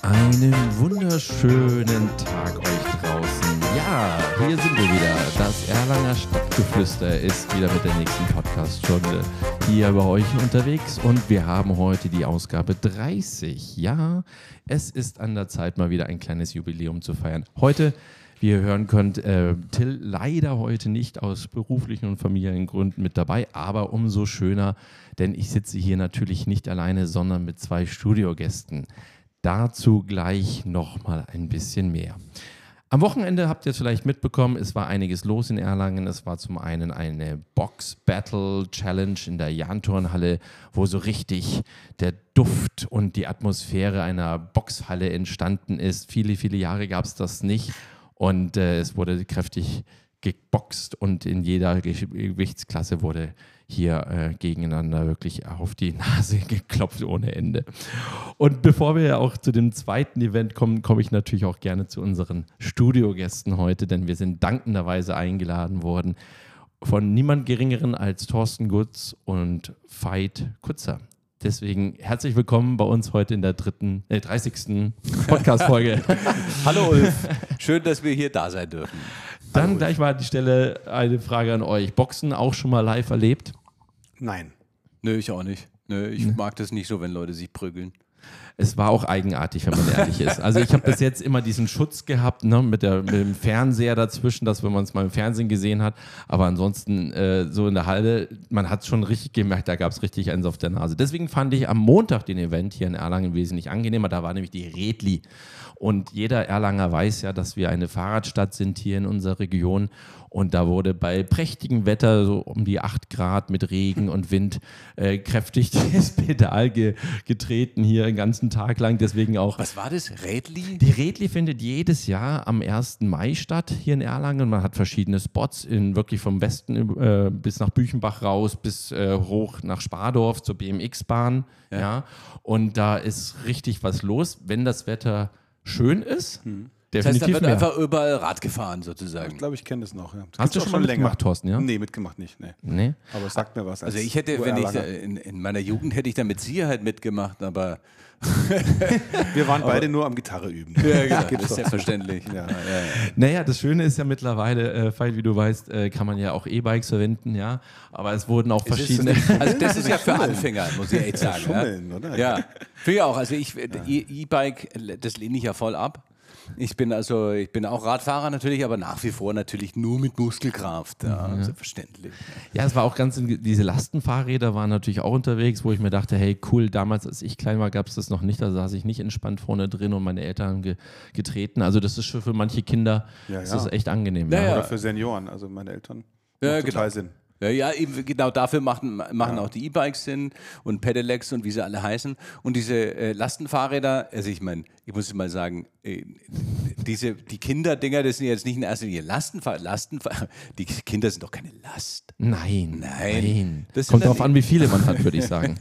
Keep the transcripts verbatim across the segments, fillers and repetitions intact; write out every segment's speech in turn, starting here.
Einen wunderschönen Tag euch draußen. Ja, hier sind wir wieder. Das Erlanger Stadtgeflüster ist wieder mit der nächsten Podcast-Stunde hier bei euch unterwegs. Und wir haben heute die Ausgabe dreißig. Ja, es ist an der Zeit, mal wieder ein kleines Jubiläum zu feiern. Heute, wie ihr hören könnt, äh, Till leider heute nicht aus beruflichen und familiären Gründen mit dabei, aber umso schöner, denn ich sitze hier natürlich nicht alleine, sondern mit zwei Studiogästen. Dazu gleich nochmal ein bisschen mehr. Am Wochenende habt ihr es vielleicht mitbekommen, es war einiges los in Erlangen. Es war zum einen eine Box-Battle-Challenge in der Jahn-Turnhalle, wo so richtig der Duft und die Atmosphäre einer Boxhalle entstanden ist. Viele, viele Jahre gab es das nicht und äh, es wurde kräftig geboxt und in jeder Gewichtsklasse wurde hier äh, gegeneinander wirklich auf die Nase geklopft ohne Ende. Und bevor wir auch zu dem zweiten Event kommen, komme ich natürlich auch gerne zu unseren Studiogästen heute, denn wir sind dankenderweise eingeladen worden von niemand Geringeren als Thorsten Gutz und Veit Kutzer. Deswegen herzlich willkommen bei uns heute in der dritten, äh, dreißigsten Podcast-Folge. Hallo Ulf, schön, dass wir hier da sein dürfen. Dann Hallo, gleich mal an die Stelle eine Frage an euch. Boxen auch schon mal live erlebt? Nein. Nö, ich auch nicht. Nö, ich Ne? mag das nicht so, wenn Leute sich prügeln. Es war auch eigenartig, wenn man ehrlich ist. Also ich habe bis jetzt immer diesen Schutz gehabt, ne, mit, der, mit dem Fernseher dazwischen, dass wenn man es mal im Fernsehen gesehen hat, aber ansonsten äh, so in der Halle, man hat es schon richtig gemerkt, da gab es richtig eins auf der Nase. Deswegen fand ich am Montag den Event hier in Erlangen wesentlich angenehmer, da war nämlich die Redli. Und jeder Erlanger weiß ja, dass wir eine Fahrradstadt sind hier in unserer Region. Und da wurde bei prächtigem Wetter, so um die acht Grad mit Regen und Wind, äh, kräftig das Pedal ge- getreten hier den ganzen Tag lang. Deswegen auch. Was war das? Rädli? Die Redli findet jedes Jahr am ersten Mai statt hier in Erlangen. Man hat verschiedene Spots, in, wirklich vom Westen äh, bis nach Büchenbach raus, bis äh, hoch nach Spardorf zur B M X-Bahn. Ja. Ja. Und da ist richtig was los, wenn das Wetter schön ist. Hm. Das heißt, da wird mehr. einfach überall Rad gefahren sozusagen. Ich glaube, ich kenne das noch. Ja. Das Hast du schon mal mitgemacht, Thorsten? Ja? Nee, mitgemacht nicht. Nee. Nee? Aber es sagt mir was. Also ich hätte, wenn ich da, in, in meiner Jugend hätte ich da mit Sicherheit mitgemacht, aber wir waren beide nur am Gitarre üben. Ja, genau, das ist selbstverständlich. Ja, ja, ja. Naja, das Schöne ist ja mittlerweile, äh, Veit, wie du weißt, äh, kann man ja auch E-Bikes verwenden, ja. Aber es wurden auch verschiedene. Das nicht, also das ist ja für Anfänger, muss ich echt sagen. Schummeln, ja. oder? Ja, finde ich auch. Also ich E-Bike, das lehne ich ja voll ab. Ich bin also, ich bin auch Radfahrer natürlich, aber nach wie vor natürlich nur mit Muskelkraft. Ja, ja. Selbstverständlich. Ja, es war auch ganz, diese Lastenfahrräder waren natürlich auch unterwegs, wo ich mir dachte, hey cool, damals als ich klein war, gab es das noch nicht, da saß ich nicht entspannt vorne drin und meine Eltern haben ge- getreten. Also das ist schon für manche Kinder, ja, das ja. ist echt angenehm. Ja, ja. ja. Oder für Senioren, also meine Eltern. Ja, Macht total genau. Sinn. Ja, ja, eben genau dafür machen, machen Ja. auch die E-Bikes Sinn und Pedelecs und wie sie alle heißen. Und diese äh, Lastenfahrräder, also ich meine, ich muss mal sagen, äh, diese, die Kinderdinger, das sind jetzt nicht in erster Linie Lastenfahrräder, Lastenfahr- die Kinder sind doch keine Last. Nein, Nein. nein. Das Kommt sind darauf dann- an, wie viele man hat, würde ich sagen.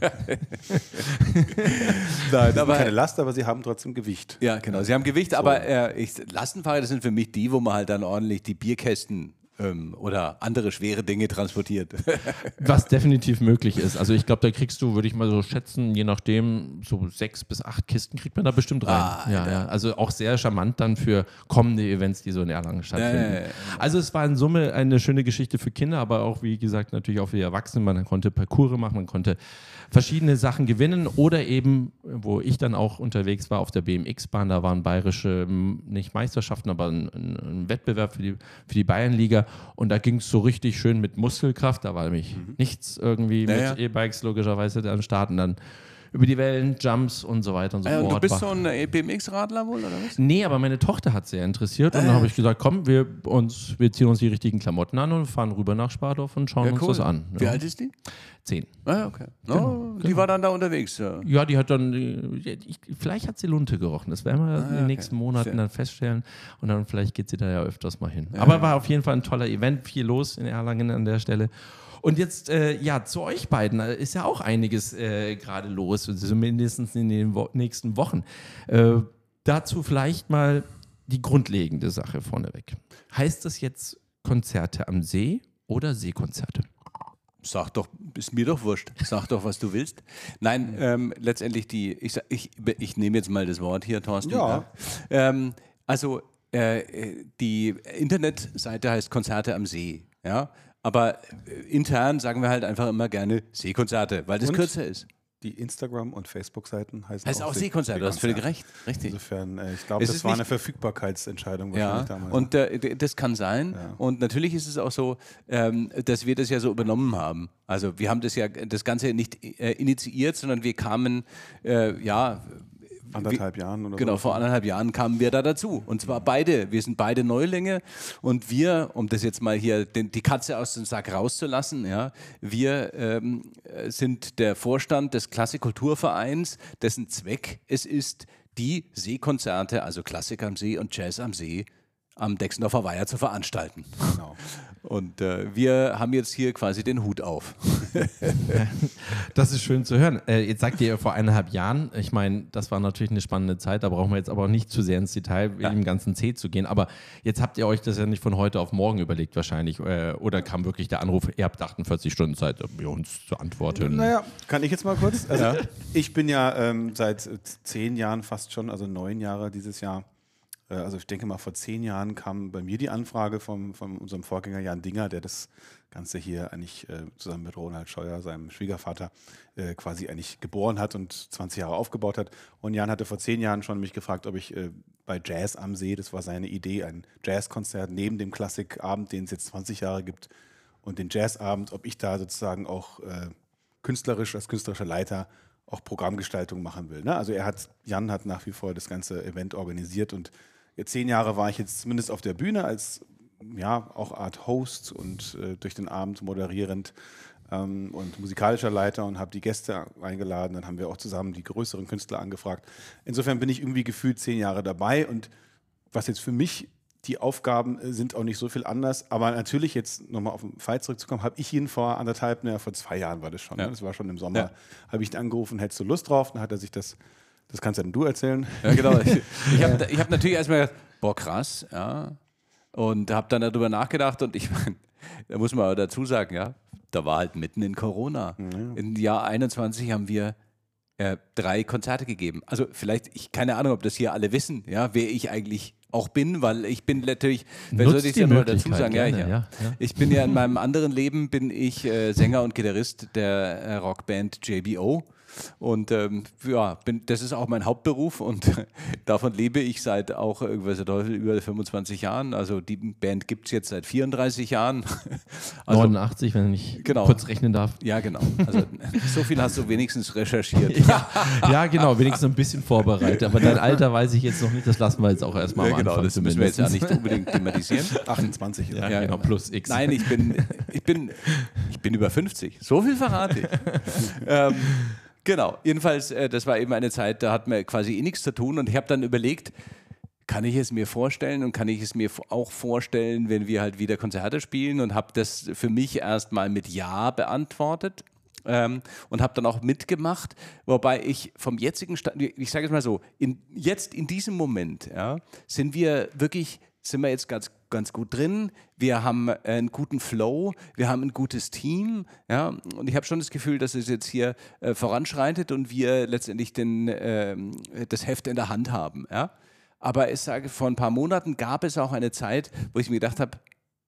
Nein, Sie haben keine Last, aber sie haben trotzdem Gewicht. Ja, genau. Sie haben Gewicht, aber äh, ich, Lastenfahrräder sind für mich die, wo man halt dann ordentlich die Bierkästen ähm, oder andere schwere Dinge transportiert. Was definitiv möglich ist. Also ich glaube, da kriegst du, würde ich mal so schätzen, je nachdem, so sechs bis acht Kisten kriegt man da bestimmt rein. Ah, ja, ja. Also auch sehr charmant dann für kommende Events, die so in Erlangen stattfinden. Ja, ja, ja. Also es war in Summe eine schöne Geschichte für Kinder, aber auch, wie gesagt, natürlich auch für die Erwachsenen. Man konnte Parcours machen, man konnte verschiedene Sachen gewinnen oder eben, wo ich dann auch unterwegs war, auf der B M X-Bahn, da waren bayerische, nicht Meisterschaften, aber ein, ein, ein Wettbewerb für die, für die Bayernliga und da ging es so richtig schön mit Muskelkraft, da war nämlich mhm. nichts irgendwie naja. mit E-Bikes logischerweise dann starten, dann über die Wellen, Jumps und so weiter und so Ja, fort. und du bist so ein B M X-Radler wohl, oder was? Nee, aber meine Tochter hat sehr interessiert und Äh. dann habe ich gesagt, komm, wir, uns, wir ziehen uns die richtigen Klamotten an und fahren rüber nach Spardorf und schauen Ja, uns cool. das an. Wie Ja. alt ist die? Zehn. Ah, okay. Genau, Oh, die genau. war dann da unterwegs. Ja. Ja, die hat dann, äh, ich, vielleicht hat sie Lunte gerochen. Das werden wir Ah, in den okay. nächsten Monaten Sehr. dann feststellen und dann vielleicht geht sie da ja öfters mal hin. Ja, Aber ja. war auf jeden Fall ein toller Event, viel los in Erlangen an der Stelle. Und jetzt, äh, ja, zu euch beiden äh, ist ja auch einiges äh, gerade los, zumindest in den Wo- nächsten Wochen. Äh, dazu vielleicht mal die grundlegende Sache vorneweg. Heißt das jetzt Konzerte am See oder Seekonzerte? Sag doch ist mir doch wurscht. Sag doch, was du willst. Nein, ähm, letztendlich die, ich, sag- ich, ich nehme jetzt mal das Wort hier, Thorsten. Ja. Ähm, also äh, die Internetseite heißt Konzerte am See, ja. Aber äh, intern sagen wir halt einfach immer gerne Seekonzerte, weil das Und? kürzer ist. Die Instagram- und Facebook-Seiten heißen Heißt auch Seekonzerte, du hast völlig recht. Richtig. Insofern, äh, ich glaube, Es das ist war nicht- eine Verfügbarkeitsentscheidung Ja, wahrscheinlich damals. und äh, d- das kann sein. Ja. Und natürlich ist es auch so, ähm, dass wir das ja so übernommen haben. Also wir haben das ja das Ganze nicht äh, initiiert, sondern wir kamen, äh, ja, Anderthalb Jahren oder genau, so. vor anderthalb Jahren kamen wir da dazu. Und zwar beide. Wir sind beide Neulinge. Und wir, um das jetzt mal hier den, die Katze aus dem Sack rauszulassen, ja, wir ähm, sind der Vorstand des Klassikkulturvereins, dessen Zweck es ist, die Seekonzerte, also Klassik am See und Jazz am See, am Dexendorfer Weiher zu veranstalten. Genau. Und äh, wir haben jetzt hier quasi den Hut auf. Das ist schön zu hören. Äh, jetzt sagt ihr vor eineinhalb Jahren, ich meine, das war natürlich eine spannende Zeit, da brauchen wir jetzt aber auch nicht zu sehr ins Detail Ja. im ganzen C zu gehen. Aber jetzt habt ihr euch das ja nicht von heute auf morgen überlegt wahrscheinlich. Äh, oder kam wirklich der Anruf, ihr habt achtundvierzig Stunden Zeit, um uns zu antworten. Naja, kann ich jetzt mal kurz? Also, ich bin ja ähm, seit äh, zehn Jahren fast schon, also neun Jahre dieses Jahr. Äh, also ich denke mal, vor zehn Jahren kam bei mir die Anfrage von, von unserem Vorgänger Jan Dinger, der das Ganze hier eigentlich äh, zusammen mit Ronald Scheuer, seinem Schwiegervater, äh, quasi eigentlich geboren hat und zwanzig Jahre aufgebaut hat. Und Jan hatte vor zehn Jahren schon mich gefragt, ob ich äh, bei Jazz am See, das war seine Idee, ein Jazzkonzert neben dem Klassikabend, den es jetzt zwanzig Jahre gibt, und den Jazzabend, ob ich da sozusagen auch äh, künstlerisch, als künstlerischer Leiter auch Programmgestaltung machen will. Ne? Also er hat, Jan hat nach wie vor das ganze Event organisiert und jetzt zehn Jahre war ich jetzt zumindest auf der Bühne als, ja, auch Art Host und äh, durch den Abend moderierend ähm, und musikalischer Leiter und habe die Gäste eingeladen. Dann haben wir auch zusammen die größeren Künstler angefragt. Insofern bin ich irgendwie gefühlt zehn Jahre dabei und was jetzt für mich die Aufgaben äh, sind auch nicht so viel anders, aber natürlich jetzt nochmal auf den Fall zurückzukommen, habe ich ihn vor anderthalb, naja, vor zwei Jahren war das schon, Ja. ne? Das war schon im Sommer, Ja. habe ich ihn angerufen, hättest du Lust drauf? Dann hat er sich das, das kannst ja dann du erzählen. Ja, genau. Ich, ich habe ich hab natürlich erstmal gedacht, boah, krass, ja. Und habe dann darüber nachgedacht und ich meine, da muss man aber dazu sagen, ja, da war halt mitten in Corona. Mhm. Im Jahr einundzwanzig haben wir äh, drei Konzerte gegeben. Also vielleicht, ich keine Ahnung, ob das hier alle wissen, ja, wer ich eigentlich auch bin, weil ich bin natürlich, wer Nutzt soll ich die ja nur dazu Möglichkeit sagen, ja, gerne, ja. ja, ja. Ich bin ja in meinem anderen Leben, bin ich äh, Sänger und Gitarrist der äh, Rockband J B O. Und ähm, ja, bin, das ist auch mein Hauptberuf und davon lebe ich seit auch irgendwas über fünfundzwanzig Jahren. Also die Band gibt es jetzt seit vierunddreißig Jahren. Also, neunundachtzig, wenn ich Genau. kurz rechnen darf. ja, genau. Also so viel hast du wenigstens recherchiert. Ja, ja, genau, wenigstens ein bisschen vorbereitet. Aber dein Alter weiß ich jetzt noch nicht, das lassen wir jetzt auch erstmal am Ja, genau, Anfang das müssen wir jetzt zumindest. ja nicht unbedingt thematisieren. achtundzwanzig ist Ja, er. genau, plus X. Nein, ich bin, ich bin, ich bin über fünfzig. So viel verrate ich. ähm, genau, jedenfalls, äh, das war eben eine Zeit, da hat man quasi eh nichts zu tun und ich habe dann überlegt, kann ich es mir vorstellen und kann ich es mir auch vorstellen, wenn wir halt wieder Konzerte spielen und habe das für mich erstmal mit Ja beantwortet. Ähm, und habe dann auch mitgemacht, wobei ich vom jetzigen Stand, ich sage es mal so, in, jetzt in diesem Moment ja, sind wir wirklich, sind wir jetzt ganz, ganz gut drin, wir haben einen guten Flow, wir haben ein gutes Team, ja, und ich habe schon das Gefühl, dass es jetzt hier äh, voranschreitet und wir letztendlich den, ähm, das Heft in der Hand haben, ja. Aber ich sage, vor ein paar Monaten gab es auch eine Zeit, wo ich mir gedacht habe,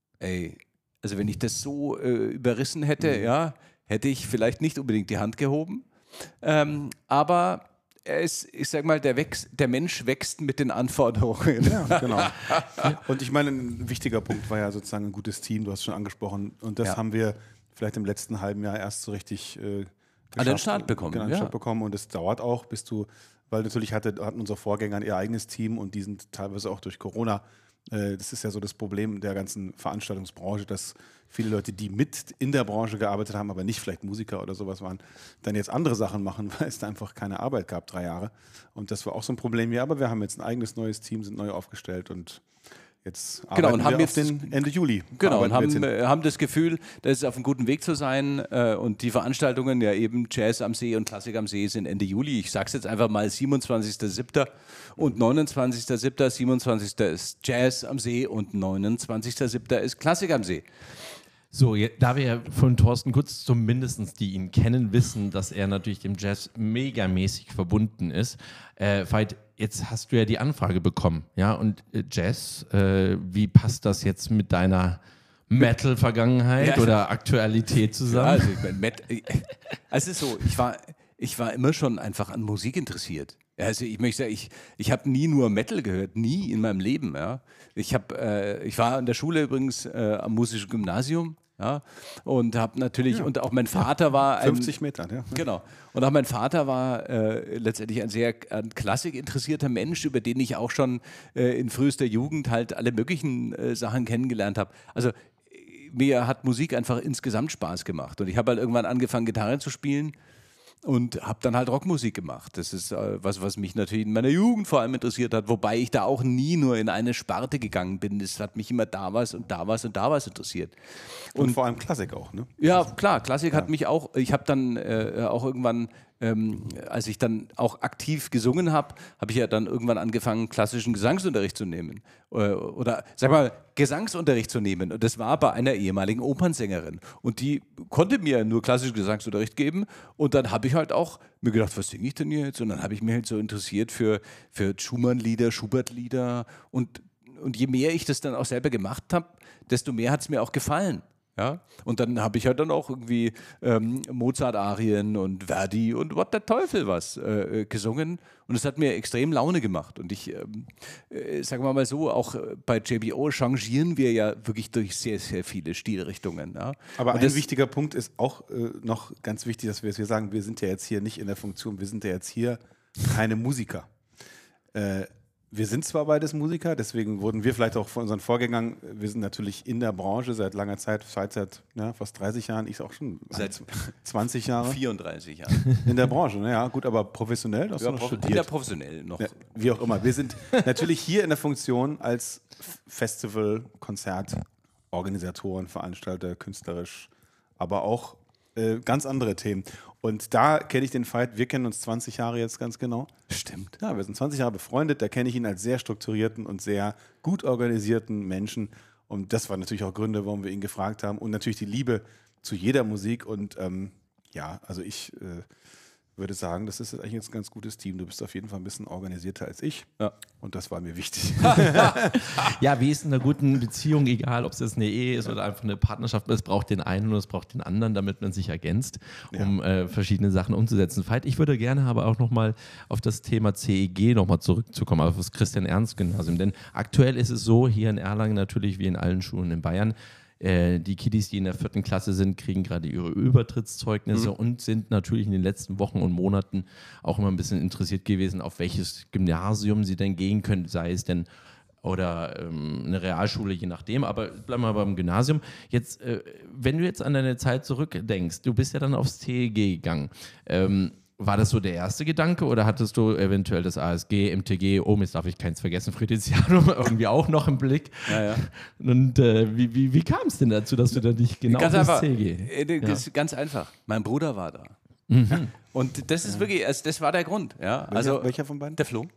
ey, also wenn ich das so äh, überrissen hätte, ja, hätte ich vielleicht nicht unbedingt die Hand gehoben. Ähm, aber er ist, ich sag mal, der, wächst, der Mensch wächst mit den Anforderungen. Ja, genau. Und ich meine, ein wichtiger Punkt war ja sozusagen ein gutes Team, du hast es schon angesprochen. Und das Ja. haben wir vielleicht im letzten halben Jahr erst so richtig äh, An den Start bekommen, Genau, an den ja. Start bekommen. Und es dauert auch, bis du, weil natürlich hatte, hatten unsere Vorgänger ihr eigenes Team und die sind teilweise auch durch Corona. Äh, das ist ja so das Problem der ganzen Veranstaltungsbranche, dass viele Leute, die mit in der Branche gearbeitet haben, aber nicht vielleicht Musiker oder sowas waren, dann jetzt andere Sachen machen, weil es da einfach keine Arbeit gab, drei Jahre. Und das war auch so ein Problem hier. Aber wir haben jetzt ein eigenes neues Team, sind neu aufgestellt und jetzt arbeiten Genau, und haben wir jetzt auf den Ende Juli. Genau, und arbeiten wir haben, jetzt hin. äh, haben das Gefühl, dass es auf einem guten Weg zu sein äh, und die Veranstaltungen, ja eben Jazz am See und Klassik am See sind Ende Juli. Ich sage es jetzt einfach mal siebenundzwanzigster siebter und neunundzwanzigster siebter siebenundzwanzigster ist Jazz am See und neunundzwanzigster siebter ist Klassik am See. So, da wir ja von Thorsten Kutz zumindest, die ihn kennen, wissen, dass er natürlich dem Jazz megamäßig verbunden ist. Äh, Veit, jetzt hast du ja die Anfrage bekommen, ja, und äh, Jazz, äh, wie passt das jetzt mit deiner Metal-Vergangenheit ja. oder Aktualität zusammen? Ja, also, ich mein, Met- also es ist so, ich war, ich war immer schon einfach an Musik interessiert. Also ich möchte sagen, ich, ich habe nie nur Metal gehört, nie in meinem Leben. Ja. Ich, hab, äh, ich war in der Schule übrigens äh, am musischen Gymnasium. Ja, und habe natürlich, ja. und auch mein Vater war ein, fünfzig Meter, ja. Genau. Und auch mein Vater war äh, letztendlich ein sehr an Klassik interessierter Mensch, über den ich auch schon äh, in frühester Jugend halt alle möglichen äh, Sachen kennengelernt habe. Also mir hat Musik einfach insgesamt Spaß gemacht. Und ich habe halt irgendwann angefangen, Gitarre zu spielen. Und habe dann halt Rockmusik gemacht. Das ist äh, was, was mich natürlich in meiner Jugend vor allem interessiert hat, wobei ich da auch nie nur in eine Sparte gegangen bin. Es hat mich immer da was und da was und da was interessiert. Und, und vor allem Klassik auch, ne? Ja, klar, Klassik ja. hat mich auch, ich habe dann äh, auch irgendwann, ähm, als ich dann auch aktiv gesungen habe, habe ich ja dann irgendwann angefangen, klassischen Gesangsunterricht zu nehmen. Äh, oder, sag mal, Gesangsunterricht zu nehmen. Und das war bei einer ehemaligen Opernsängerin. Und die konnte mir nur klassischen Gesangsunterricht geben. Und dann habe ich halt auch mir gedacht, was singe ich denn jetzt? Und dann habe ich mich halt so interessiert für, für Schumann-Lieder, Schubert-Lieder. Und, und je mehr ich das dann auch selber gemacht habe, desto mehr hat es mir auch gefallen. Ja? Und dann habe ich halt dann auch irgendwie ähm, Mozart-Arien und Verdi und what der Teufel was äh, gesungen. Und es hat mir extrem Laune gemacht. Und ich, ähm, äh, sagen wir mal so, auch bei J B O changieren wir ja wirklich durch sehr, sehr viele Stilrichtungen. Ja? Aber und ein wichtiger Punkt ist auch äh, noch ganz wichtig, dass wir, dass wir sagen, wir sind ja jetzt hier nicht in der Funktion, wir sind ja jetzt hier keine Musiker. Äh, Wir sind zwar beides Musiker, deswegen wurden wir vielleicht auch von unseren Vorgängern, wir sind natürlich in der Branche seit langer Zeit, seit, seit ja, fast dreißig Jahren, ich auch schon seit zwanzig Jahre. vierunddreißig Jahren. In der Branche, naja, gut, aber professionell, hast ja, du noch prof- studiert. Ja, professionell noch. Ja, wie auch immer. Wir sind natürlich hier in der Funktion als Festival, Konzert, Organisatoren, Veranstalter, künstlerisch, aber auch äh, ganz andere Themen. Und da kenne ich den Veit, wir kennen uns zwanzig Jahre jetzt ganz genau. Stimmt. Ja, wir sind zwanzig Jahre befreundet, da kenne ich ihn als sehr strukturierten und sehr gut organisierten Menschen. Und das waren natürlich auch Gründe, warum wir ihn gefragt haben. Und natürlich die Liebe zu jeder Musik. Und ähm, ja, also ich äh, würde sagen, das ist eigentlich jetzt ein ganz gutes Team. Du bist auf jeden Fall ein bisschen organisierter als ich. Ja. Und das war mir wichtig. Ja, wie ist in einer guten Beziehung, egal ob es jetzt eine Ehe ist oder einfach eine Partnerschaft, es braucht den einen und es braucht den anderen, damit man sich ergänzt, um ja. äh, verschiedene Sachen umzusetzen. Veit, ich würde gerne aber auch nochmal auf das Thema C E G nochmal zurückzukommen, auf das Christian-Ernst-Gymnasium. Denn aktuell ist es so, hier in Erlangen natürlich wie in allen Schulen in Bayern, die Kiddies, die in der vierten Klasse sind, kriegen gerade ihre Übertrittszeugnisse mhm. und sind natürlich in den letzten Wochen und Monaten auch immer ein bisschen interessiert gewesen, auf welches Gymnasium sie denn gehen können, sei es denn oder ähm, eine Realschule, je nachdem, aber bleiben wir beim Gymnasium. Jetzt, äh, wenn du jetzt an deine Zeit zurückdenkst, du bist ja dann aufs C E G gegangen, ähm, war das so der erste Gedanke oder hattest du eventuell das A S G, M T G, oh, jetzt darf ich keins vergessen, Friedrichshain irgendwie auch noch im Blick? Ja, ja. Und äh, wie, wie, wie kam es denn dazu, dass du da nicht genau ganz aufs einfach, C E G? äh, das ist ganz einfach. Mein Bruder war da. Mhm. Und das ist ja. wirklich, also das war der Grund. Ja. Welcher, also, welcher von beiden? Der Flo.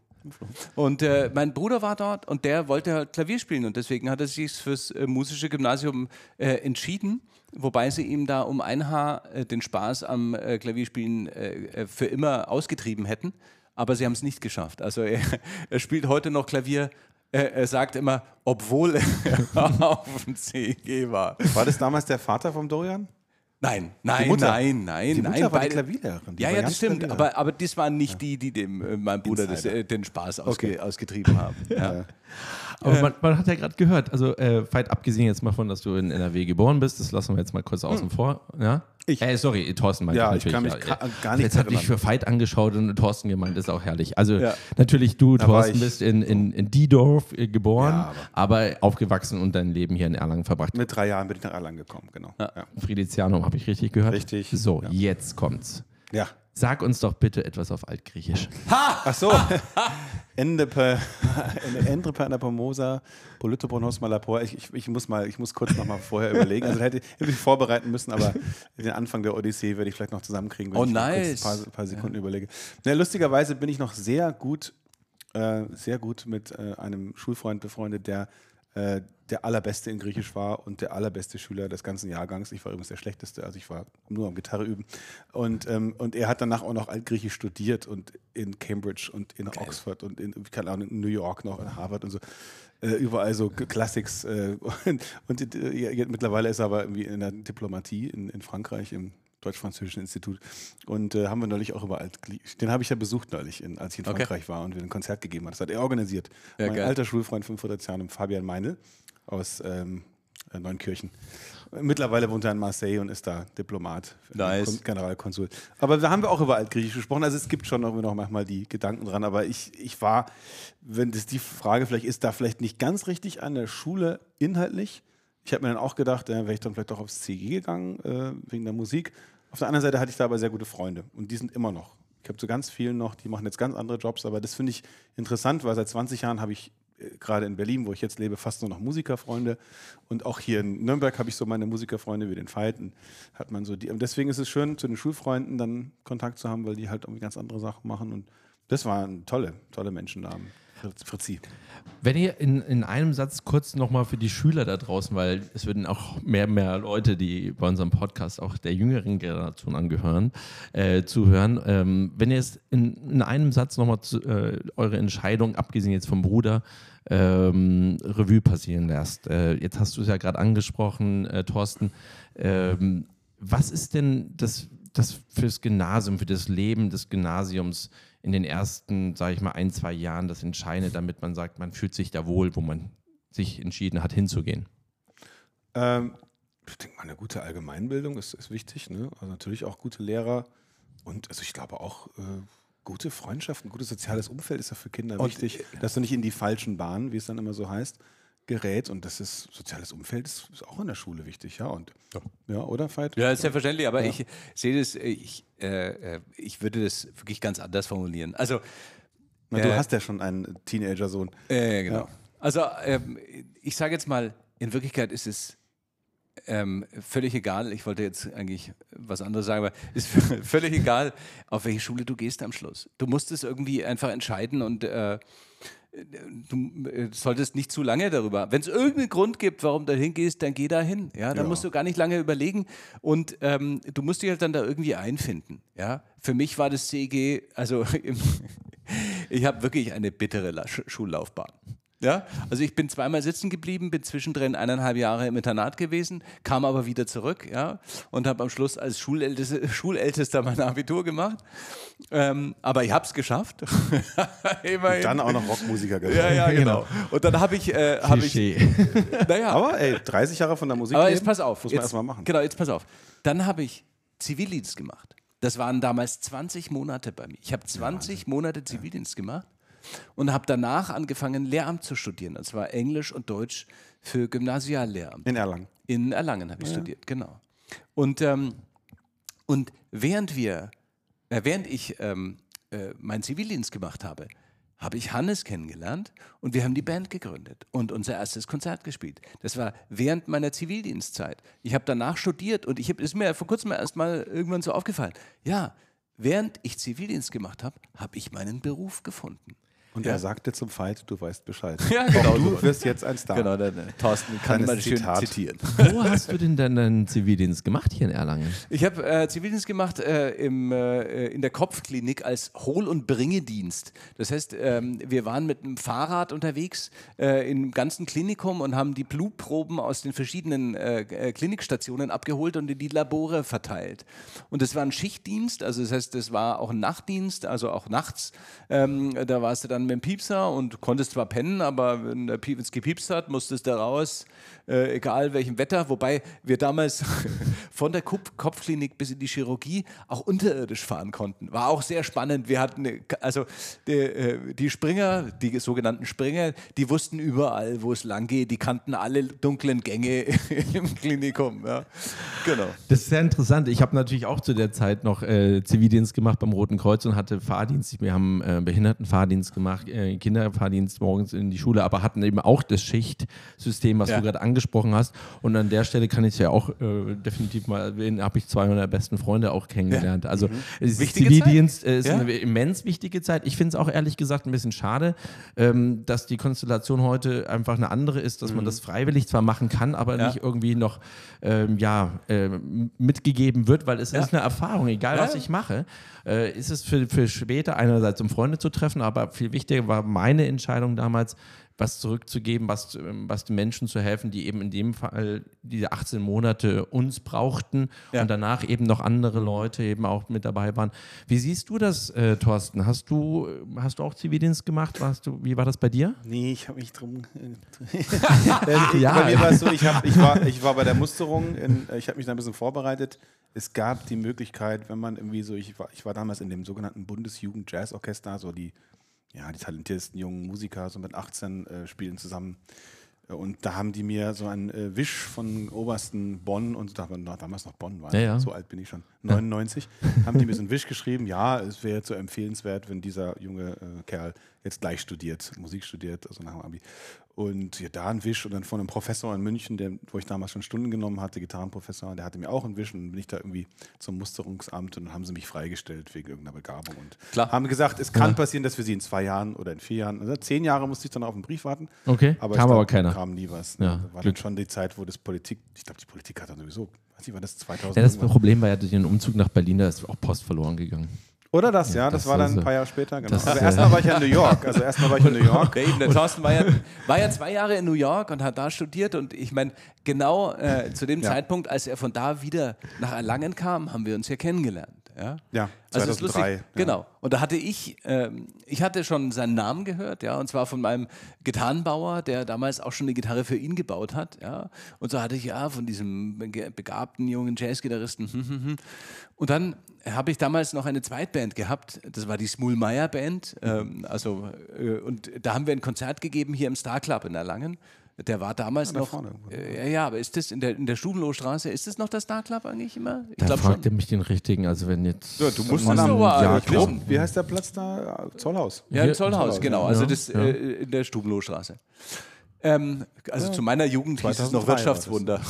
Und äh, mein Bruder war dort und der wollte halt Klavier spielen und deswegen hat er sich fürs äh, musische Gymnasium äh, entschieden, wobei sie ihm da um ein Haar äh, den Spaß am äh, Klavierspielen äh, für immer ausgetrieben hätten, aber sie haben es nicht geschafft. Also er, er spielt heute noch Klavier. Er, er sagt immer, obwohl er auf dem C E G war. War das damals der Vater vom Dorian? Nein, nein, nein, nein. Die Mutter nein, war beide, die Klavierlehrerin. Die ja, ja, das stimmt. Klavierlehrerin. Aber, aber das waren nicht ja. die, die dem äh, meinem Bruder das, äh, den Spaß ausge, okay. ausgetrieben haben. Ja. Ja. Aber man, man hat ja gerade gehört, also äh, Veit, abgesehen jetzt mal von, dass du in N R W geboren bist, das lassen wir jetzt mal kurz außen hm. vor. Ja? Ich. Äh, sorry, Thorsten meinte ja, natürlich. Ich kann mich ja, ka- gar nicht Jetzt habe ich für Veit angeschaut und Thorsten gemeint, das ist auch herrlich. Also ja. natürlich du, da Thorsten, bist in, in, in Diedorf äh, geboren, ja, aber, aber aufgewachsen und dein Leben hier in Erlangen verbracht. Mit drei Jahren bin ich nach Erlangen gekommen, genau. Ja. Ja. Friedrichshain, habe ich richtig gehört? Richtig. So, ja. jetzt kommt's. Ja. Sag uns doch bitte etwas auf Altgriechisch. Ha! Ach so. Ende per Ende per Anapomosa, Polytoponos Malapor. Ich, ich, ich muss mal, ich muss kurz noch mal vorher überlegen. Also hätte, hätte ich vorbereiten müssen, aber den Anfang der Odyssee werde ich vielleicht noch zusammenkriegen, wenn oh, ich nice. kurz ein paar, paar Sekunden ja. überlege. Na, lustigerweise bin ich noch sehr gut, äh, sehr gut mit äh, einem Schulfreund befreundet, der äh, der allerbeste in Griechisch war und der allerbeste Schüler des ganzen Jahrgangs. Ich war übrigens der schlechteste, also ich war nur am Gitarre üben. Und, ähm, und er hat danach auch noch Altgriechisch studiert und in Cambridge und in okay. Oxford und in, keine Ahnung, in New York noch, in Harvard und so. Äh, überall so Classics. Äh, und und äh, mittlerweile ist er aber irgendwie in der Diplomatie in, in Frankreich, im Deutsch-Französischen Institut. Und äh, haben wir neulich auch über Altgriechisch. Den habe ich ja besucht neulich, in, als ich in okay. Frankreich war und wir ein Konzert gegeben haben. Das hat er organisiert. Ja, mein geil. alter Schulfreund von Fortezianum, Fabian Meinl aus ähm, Neunkirchen. Mittlerweile wohnt er in Marseille und ist da Diplomat, nice. Generalkonsul. Aber da haben wir auch über Altgriechisch gesprochen. Also es gibt schon irgendwie noch manchmal die Gedanken dran. Aber ich, ich war, wenn das die Frage vielleicht ist, da vielleicht nicht ganz richtig an der Schule inhaltlich. Ich habe mir dann auch gedacht, äh, wäre ich dann vielleicht doch aufs C G gegangen, äh, wegen der Musik. Auf der anderen Seite hatte ich da aber sehr gute Freunde. Und die sind immer noch. Ich habe so ganz vielen noch, die machen jetzt ganz andere Jobs. Aber das finde ich interessant, weil seit zwanzig Jahren habe ich gerade in Berlin, wo ich jetzt lebe, fast nur noch Musikerfreunde. Und auch hier in Nürnberg habe ich so meine Musikerfreunde wie den Veit. Und hat man so die. Und deswegen ist es schön, zu den Schulfreunden dann Kontakt zu haben, weil die halt irgendwie ganz andere Sachen machen. Und das waren tolle, tolle Menschen da. Fritzi. Wenn ihr in, in einem Satz kurz nochmal für die Schüler da draußen, weil es würden auch mehr und mehr Leute, die bei unserem Podcast auch der jüngeren Generation angehören, äh, zuhören. Ähm, wenn ihr es in, in einem Satz nochmal äh, eure Entscheidung, abgesehen jetzt vom Bruder, ähm, Revue passieren lässt. Äh, jetzt hast du es ja gerade angesprochen, äh, Thorsten. Ähm, was ist denn das, das fürs Gymnasium, für das Leben des Gymnasiums in den ersten, sage ich mal, ein, zwei Jahren das Entscheidende, damit man sagt, man fühlt sich da wohl, wo man sich entschieden hat, hinzugehen? Ähm, ich denke mal, eine gute Allgemeinbildung ist, ist wichtig. Ne? Also natürlich auch gute Lehrer und also ich glaube auch äh, gute Freundschaften, gutes soziales Umfeld ist ja für Kinder und wichtig, dass du nicht in die falschen Bahnen, wie es dann immer so heißt, gerät. Und das ist, soziales Umfeld ist, ist auch in der Schule wichtig, ja. Und, ja. ja, oder, Veit? Ja, ist selbstverständlich, aber ja. ich sehe das, ich, äh, ich würde das wirklich ganz anders formulieren. Also, Na, äh, du hast ja schon einen Teenager-Sohn. Äh, genau. Ja. Also, ähm, ich sage jetzt mal, in Wirklichkeit ist es ähm, völlig egal, ich wollte jetzt eigentlich was anderes sagen, aber ist völlig egal, auf welche Schule du gehst am Schluss. Du musst es irgendwie einfach entscheiden und äh, du solltest nicht zu lange darüber. Wenn es irgendeinen Grund gibt, warum du hingehst, dann geh da hin. Ja, dann ja. musst du gar nicht lange überlegen und ähm, du musst dich halt dann da irgendwie einfinden. Ja, für mich war das C G, also ich habe wirklich eine bittere La- Schullaufbahn. Ja, also ich bin zweimal sitzen geblieben, bin zwischendrin eineinhalb Jahre im Internat gewesen, kam aber wieder zurück, ja, und habe am Schluss als Schulälteste, Schulältester mein Abitur gemacht. Ähm, aber ich habe es geschafft. Und dann auch noch Rockmusiker geworden. Ja, ja, genau. Und dann habe ich, äh, hab ich, naja. Aber ey, dreißig Jahre von der Musik. Aber jetzt pass auf, muss man erstmal machen. Genau, jetzt pass auf. Dann habe ich Zivildienst gemacht. Das waren damals zwanzig Monate bei mir. Ich habe zwanzig Monate Zivildienst gemacht. Und habe danach angefangen, Lehramt zu studieren. Und zwar Englisch und Deutsch für Gymnasiallehramt. In Erlangen? In Erlangen habe ich ja. studiert, genau. Und, ähm, und während wir, äh, während ich ähm, äh, meinen Zivildienst gemacht habe, habe ich Hannes kennengelernt und wir haben die Band gegründet und unser erstes Konzert gespielt. Das war während meiner Zivildienstzeit. Ich habe danach studiert und ich hab, ist mir vor kurzem erst mal irgendwann so aufgefallen. Ja, während ich Zivildienst gemacht habe, habe ich meinen Beruf gefunden. Und ja. er sagte zum Veit, du weißt Bescheid. Ja, genau. Du so. wirst jetzt ein Star. Genau, der, der Thorsten kann mal schön zitieren. Wo hast du denn deinen Zivildienst gemacht hier in Erlangen? Ich habe äh, Zivildienst gemacht äh, im, äh, in der Kopfklinik als Hol- und Bringedienst. Das heißt, ähm, wir waren mit einem Fahrrad unterwegs äh, im ganzen Klinikum und haben die Blutproben aus den verschiedenen äh, Klinikstationen abgeholt und in die Labore verteilt. Und das war ein Schichtdienst, also das heißt, das war auch ein Nachtdienst, also auch nachts. Ähm, da warst du dann mit dem Piepser und konntest zwar pennen, aber wenn es gepiepst hat, musstest du raus, äh, egal welchem Wetter. Wobei wir damals von der Kopf- Kopfklinik bis in die Chirurgie auch unterirdisch fahren konnten. War auch sehr spannend. Wir hatten, also die, äh, die Springer, die sogenannten Springer, die wussten überall, wo es lang geht. Die kannten alle dunklen Gänge im Klinikum. Ja. Genau. Das ist sehr interessant. Ich habe natürlich auch zu der Zeit noch äh, Zivildienst gemacht beim Roten Kreuz und hatte Fahrdienst. Wir haben äh, Behindertenfahrdienst gemacht. Kinderfahrdienst morgens in die Schule, aber hatten eben auch das Schichtsystem, was ja. du gerade angesprochen hast. Und an der Stelle kann ich es ja auch äh, definitiv mal, habe ich zwei meiner besten Freunde auch kennengelernt. Ja. Also mhm. Zivildienst äh, ist ja? eine immens wichtige Zeit. Ich finde es auch ehrlich gesagt ein bisschen schade, ähm, dass die Konstellation heute einfach eine andere ist, dass mhm. man das freiwillig zwar machen kann, aber ja. nicht irgendwie noch ähm, ja, äh, mitgegeben wird, weil es ja. ist eine Erfahrung, egal ja. was ich mache. Äh, ist es für, für später einerseits, um Freunde zu treffen, aber viel wichtiger war meine Entscheidung damals, was zurückzugeben, was, was den Menschen zu helfen, die eben in dem Fall diese achtzehn Monate uns brauchten ja. und danach eben noch andere Leute eben auch mit dabei waren. Wie siehst du das, äh, Thorsten? Hast du, hast du auch Zivildienst gemacht? Warst du, wie war das bei dir? Nee, ich habe mich drum... ja. Bei mir war es so, ich, hab, ich, war, ich war bei der Musterung, in, ich habe mich da ein bisschen vorbereitet. Es gab die Möglichkeit, wenn man irgendwie so, ich war, ich war damals in dem sogenannten Bundesjugend-Jazz-Orchester, so die ja, die talentiertesten jungen Musiker, so mit achtzehn äh, spielen zusammen. Und da haben die mir so einen äh, Wisch von obersten Bonn, und da, damals noch Bonn war, ja, ja. so alt bin ich schon, neunundneunzig, ja. haben die mir so einen Wisch geschrieben, ja, es wäre jetzt so empfehlenswert, wenn dieser junge äh, Kerl jetzt gleich studiert, Musik studiert, also nach dem Abi. Und ja, da ein Wisch und dann von einem Professor in München, der, wo ich damals schon Stunden genommen hatte, Gitarrenprofessor, der hatte mir auch einen Wisch, und dann bin ich da irgendwie zum Musterungsamt und dann haben sie mich freigestellt wegen irgendeiner Begabung und Klar. haben gesagt, es kann ja. passieren, dass wir sie in zwei Jahren oder in vier Jahren, also zehn Jahre musste ich dann auf einen Brief warten. Okay, aber kam glaub, aber keiner. kam nie was. Ne? Ja, da war Glück. Dann schon die Zeit, wo das Politik, ich glaube, die Politik hat dann sowieso, weiß nicht, war das zweitausend? Ja, das Problem war ja durch den Umzug nach Berlin, da ist auch Post verloren gegangen. Oder das, ja, ja das, das war dann ein paar Jahre später, genau. Also erstmal war ich ja in New York, also erstmal war ich in New York. Der, der Thorsten war ja, war ja zwei Jahre in New York und hat da studiert, und ich meine, genau äh, zu dem ja. Zeitpunkt, als er von da wieder nach Erlangen kam, haben wir uns ja kennengelernt. Ja, ja Also zweitausenddrei. ja. Genau. Und da hatte ich, ähm, ich hatte schon seinen Namen gehört, ja, und zwar von meinem Gitarrenbauer, der damals auch schon eine Gitarre für ihn gebaut hat, ja. Und so hatte ich ja von diesem begabten jungen Jazzgitarristen. Hm, hm, hm. Und dann habe ich damals noch eine Zweitband gehabt, das war die Smulmeier Band. Ähm, also, äh, und da haben wir ein Konzert gegeben hier im Star Club in Erlangen. Der war damals ja, noch. Äh, ja, ja, aber ist das in der, in der Stubenlohstraße, ist das noch der Star Club eigentlich immer? Ich da fragt er mich den richtigen, also wenn jetzt. Ja, du musst das so ja, wissen. Wie heißt der Platz da? Zollhaus. Ja, im Zollhaus, Zollhaus genau. Also ja, das ja. äh, in der Stubenlohstraße. Ähm, also ja. zu meiner Jugend hieß es noch Wirtschaftswunder.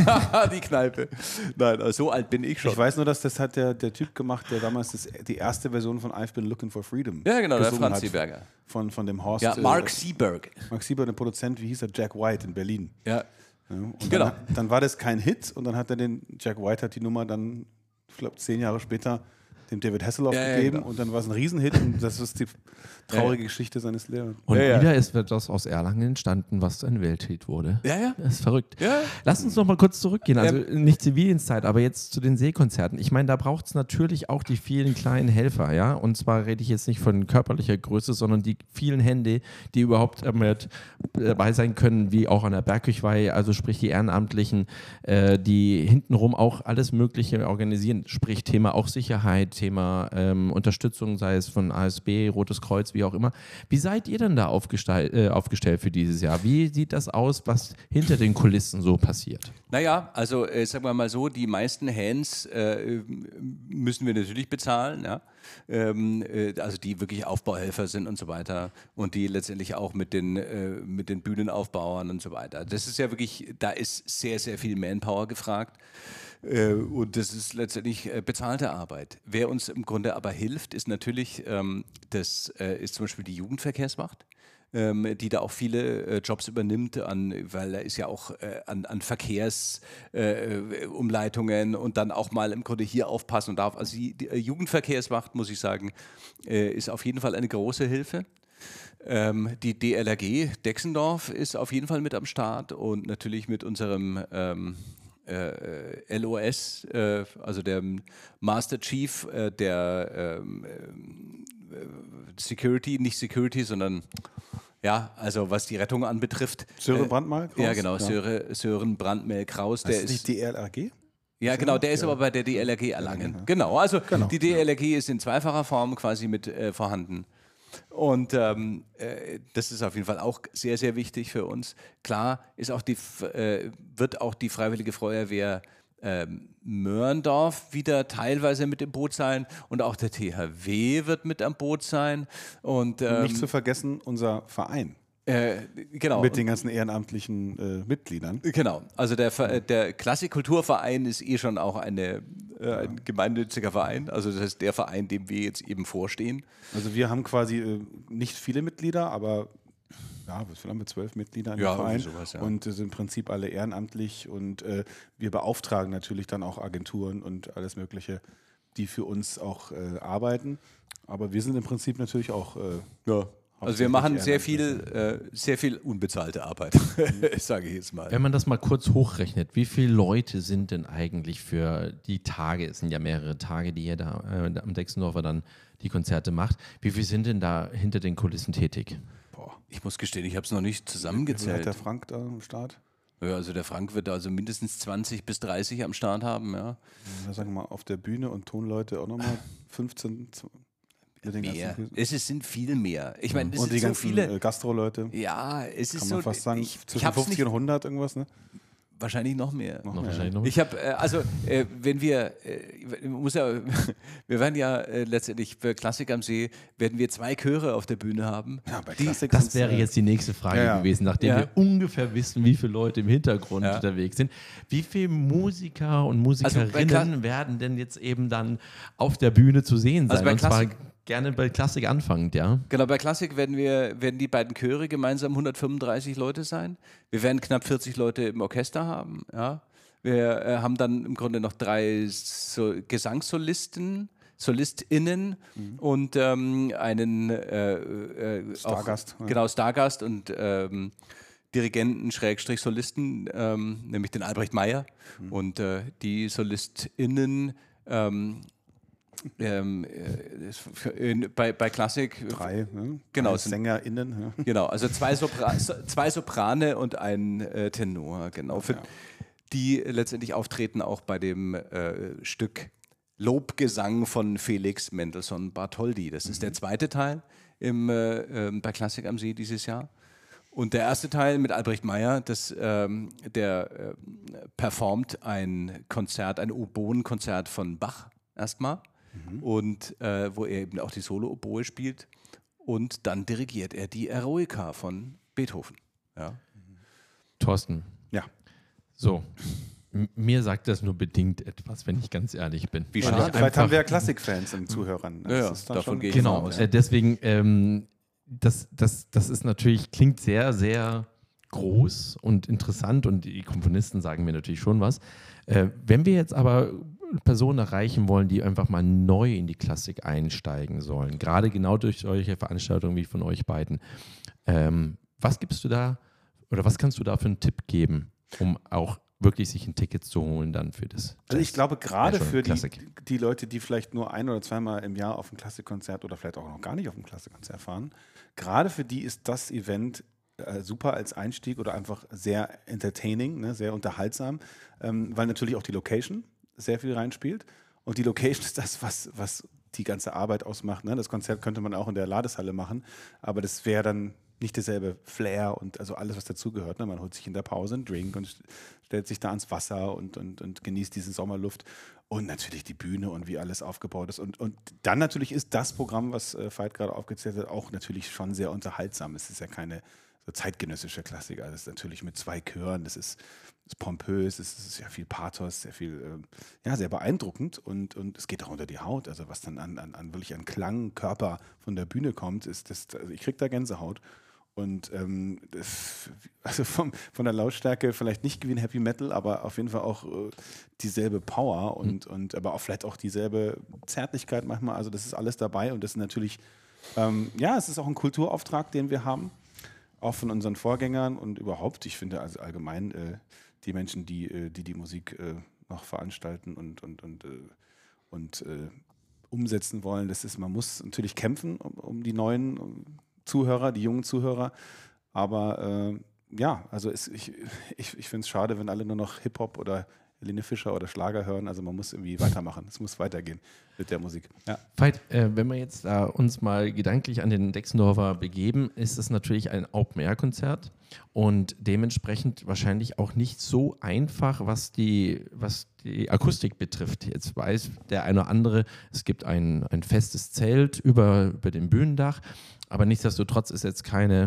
Die Kneipe. Nein, also so alt bin ich schon. Ich weiß nur, dass das hat der, der Typ gemacht, der damals das, die erste Version von I've Been Looking for Freedom. Ja, genau, der Franz Sieberger. Von, von dem Horst. Ja, Mark äh, Sieberg. Mark Sieberg, der Produzent, wie hieß er? Jack White in Berlin. Ja. ja und genau. Dann, dann war das kein Hit, und dann hat er den, Jack White hat die Nummer dann, ich glaube, zehn Jahre später dem David Hasselhoff ja, gegeben, ja, genau. und dann war es ein Riesenhit, und das ist die traurige ja, ja. Geschichte seines Lebens. Und ja, wieder ja. ist das aus Erlangen entstanden, was ein Welthit wurde. Ja, ja. Das ist verrückt. Ja. Lass uns noch mal kurz zurückgehen, also ähm. nicht Zivildienstzeit, aber jetzt zu den Seekonzerten. Ich meine, da braucht es natürlich auch die vielen kleinen Helfer, ja, und zwar rede ich jetzt nicht von körperlicher Größe, sondern die vielen Hände, die überhaupt mit dabei sein können, wie auch an der Bergkirchweih, also sprich die Ehrenamtlichen, äh, die hintenrum auch alles Mögliche organisieren, sprich Thema auch Sicherheit, Thema ähm, Unterstützung, sei es von A S B, Rotes Kreuz, wie auch immer. Wie seid ihr denn da aufgestellt, äh, aufgestellt für dieses Jahr? Wie sieht das aus, was hinter den Kulissen so passiert? Naja, also äh, sagen wir mal so, die meisten Hands äh, müssen wir natürlich bezahlen, ja? ähm, äh, also die wirklich Aufbauhelfer sind und so weiter, und die letztendlich auch mit den, äh, mit den Bühnenaufbauern und so weiter. Das ist ja wirklich, da ist sehr, sehr viel Manpower gefragt. Äh, und das ist letztendlich äh, bezahlte Arbeit. Wer uns im Grunde aber hilft, ist natürlich, ähm, das äh, ist zum Beispiel die Jugendverkehrswacht, ähm, die da auch viele äh, Jobs übernimmt, an, weil er ist ja auch äh, an, an Verkehrsumleitungen äh, und dann auch mal im Grunde hier aufpassen darf. Also die, die äh, Jugendverkehrswacht, muss ich sagen, äh, ist auf jeden Fall eine große Hilfe. Ähm, die D L R G Dexendorf ist auf jeden Fall mit am Start, und natürlich mit unserem ähm, Äh, L O S, äh, also der Master Chief äh, der ähm, äh, Security, nicht Security, sondern ja, also was die Rettung anbetrifft. Sören Brandmeier-Kraus? Ja, genau, ja. Sören, Sören Brandmeier-Kraus. Der ist nicht die D L R G? Ja, genau, der ist ja. aber bei der D L R G Erlangen. Ja. Genau, also genau. die D L R G ist in zweifacher Form quasi mit äh, vorhanden. Und ähm, äh, das ist auf jeden Fall auch sehr, sehr wichtig für uns. Klar ist auch die, äh, wird auch die Freiwillige Feuerwehr ähm, Möhrendorf wieder teilweise mit im Boot sein, und auch der T H W wird mit am Boot sein. Und, ähm, und nicht zu vergessen, unser Verein. Äh, genau. Mit den ganzen ehrenamtlichen äh, Mitgliedern. Genau. Also der, der Klassikkulturverein ist eh schon auch eine, äh, ein gemeinnütziger Verein. Also das ist der Verein, dem wir jetzt eben vorstehen. Also wir haben quasi äh, nicht viele Mitglieder, aber ja, was haben wir, zwölf Mitglieder im Ja, Verein sowas, ja. und äh, sind im Prinzip alle ehrenamtlich und äh, wir beauftragen natürlich dann auch Agenturen und alles Mögliche, die für uns auch äh, arbeiten. Aber wir sind im Prinzip natürlich auch äh, ja. Also wir machen sehr viel, äh, sehr viel unbezahlte Arbeit, sage ich jetzt mal. Wenn man das mal kurz hochrechnet, wie viele Leute sind denn eigentlich für die Tage, es sind ja mehrere Tage, die ihr da äh, am Dexendorfer dann die Konzerte macht, wie viele sind denn da hinter den Kulissen tätig? Boah, ich muss gestehen, ich habe es noch nicht Wie viel zusammengezählt. hat der Frank da am Start? Ja, also der Frank wird also mindestens zwanzig bis dreißig am Start haben, ja. Ja, sagen wir mal, auf der Bühne und Tonleute auch nochmal fünfzehn, mit den Mehr. ganzen Es ist- sind viel mehr. Ich meine, es und sind die so ganzen viele. äh, Gastro-Leute. Ja, es ist Kann so. man fast sagen, ich, ich zwischen hab's fünfzig nicht, und hundert irgendwas, ne? wahrscheinlich noch mehr. Noch Noch mehr. wahrscheinlich noch. Ich habe, äh, also, äh, wenn wir, äh, muss ja, wir werden ja äh, letztendlich für Klassik am See, werden wir zwei Chöre auf der Bühne haben. Ja, bei die, Klassik Das sind's, wäre äh, jetzt die nächste Frage Ja, ja. gewesen, nachdem Ja. wir ungefähr wissen, wie viele Leute im Hintergrund Ja. unterwegs sind. Wie viele Musiker und Also bei Musikerinnen werden denn jetzt eben dann auf der Bühne zu sehen sein? Also bei und zwar Klassik- gerne bei Klassik anfangend, ja? Genau, bei Klassik werden wir, werden die beiden Chöre gemeinsam hundertfünfunddreißig Leute sein. Wir werden knapp vierzig Leute im Orchester haben, ja. Wir äh, haben dann im Grunde noch drei so Gesangssolisten, SolistInnen und ähm, einen äh, äh, Stargast, Auch, ja. Genau, Stargast und ähm, Dirigenten, Schrägstrich Solisten, ähm, nämlich den Albrecht Meyer. Und äh, die SolistInnen ähm, ähm, äh, es- für- in, bei, bei Klassik drei, ne? Genau, Drei es sind- SängerInnen. Ja. Genau, also zwei, Sopra so, zwei Soprane und ein äh, Tenor, genau. Für, Ja. Die letztendlich auftreten auch bei dem äh, Stück Lobgesang von Felix Mendelssohn Bartholdy. Das ist der zweite Teil im, äh, ähm, bei Klassik am See dieses Jahr. Und der erste Teil mit Albrecht Meyer, das, ähm, der äh, performt ein Konzert, ein Oboenkonzert von Bach erstmal. Und äh, wo er eben auch die Solo-Oboe spielt. Und dann dirigiert er die Eroica von Beethoven. Ja. Thorsten, Ja. so. M- Mir sagt das nur bedingt etwas, wenn ich ganz ehrlich bin. Wie Weil schade. ich Vielleicht einfach- haben wir ja Klassikfans im Zuhörern. Ja, ja, ist dann davon schon- gehe ich Genau, aus. äh, deswegen, ähm, das, das, das ist natürlich, klingt sehr, sehr groß und interessant und die Komponisten sagen mir natürlich schon was. Äh, wenn wir jetzt aber Personen erreichen wollen, die einfach mal neu in die Klassik einsteigen sollen, gerade genau durch solche Veranstaltungen wie von euch beiden, ähm, was gibst du da oder was kannst du da für einen Tipp geben, um auch wirklich sich ein Ticket zu holen dann für das? Also ich glaube, gerade Ja, schon für die, Klassik. die Leute, die vielleicht nur ein oder zweimal im Jahr auf ein Klassikkonzert oder vielleicht auch noch gar nicht auf ein Klassikkonzert fahren, gerade für die ist das Event äh, super als Einstieg oder einfach sehr entertaining, ne, sehr unterhaltsam, ähm, weil natürlich auch die Location sehr viel reinspielt. Und die Location ist das, was, was die ganze Arbeit ausmacht. Ne? Das Konzert könnte man auch in der Ladeshalle machen, aber das wäre dann nicht derselbe Flair und also alles, was dazugehört. Ne? Man holt sich in der Pause einen Drink und st- stellt sich da ans Wasser und, und, und genießt diese Sommerluft. Und natürlich die Bühne und wie alles aufgebaut ist. Und, und dann natürlich ist das Programm, was äh, Veit gerade aufgezählt hat, auch natürlich schon sehr unterhaltsam. Es ist ja keine so zeitgenössische Klassik. Also es ist natürlich mit zwei Chören, das ist, ist pompös, es ist ja viel Pathos, sehr viel, äh, ja, sehr beeindruckend und, und es geht auch unter die Haut. Also was dann an, an, an wirklich an Klang, Körper von der Bühne kommt, ist das, also ich kriege da Gänsehaut. Und ähm, das, also vom, von der Lautstärke vielleicht nicht wie ein Happy Metal, aber auf jeden Fall auch äh, dieselbe Power und, mhm. und aber auch vielleicht auch dieselbe Zärtlichkeit manchmal. Also das ist alles dabei und das ist natürlich, ähm, ja, es ist auch ein Kulturauftrag, den wir haben, auch von unseren Vorgängern und überhaupt, ich finde also allgemein äh, die Menschen, die äh, die, die Musik äh, noch veranstalten und, und, und, äh, und äh, umsetzen wollen, das ist, man muss natürlich kämpfen um, um die neuen um Zuhörer, die jungen Zuhörer, aber äh, ja, also es, ich, ich, ich finde es schade, wenn alle nur noch Hip-Hop oder Helene Fischer oder Schlager hören, also man muss irgendwie weitermachen, es muss weitergehen mit der Musik. Ja. Veit, äh, wenn wir jetzt äh, uns mal gedanklich an den Dexendorfer begeben, ist es natürlich ein Open-Air-Konzert und dementsprechend wahrscheinlich auch nicht so einfach, was die, was die Akustik betrifft. Jetzt weiß der eine oder andere, es gibt ein, ein festes Zelt über, über dem Bühnendach, aber nichtsdestotrotz ist jetzt keine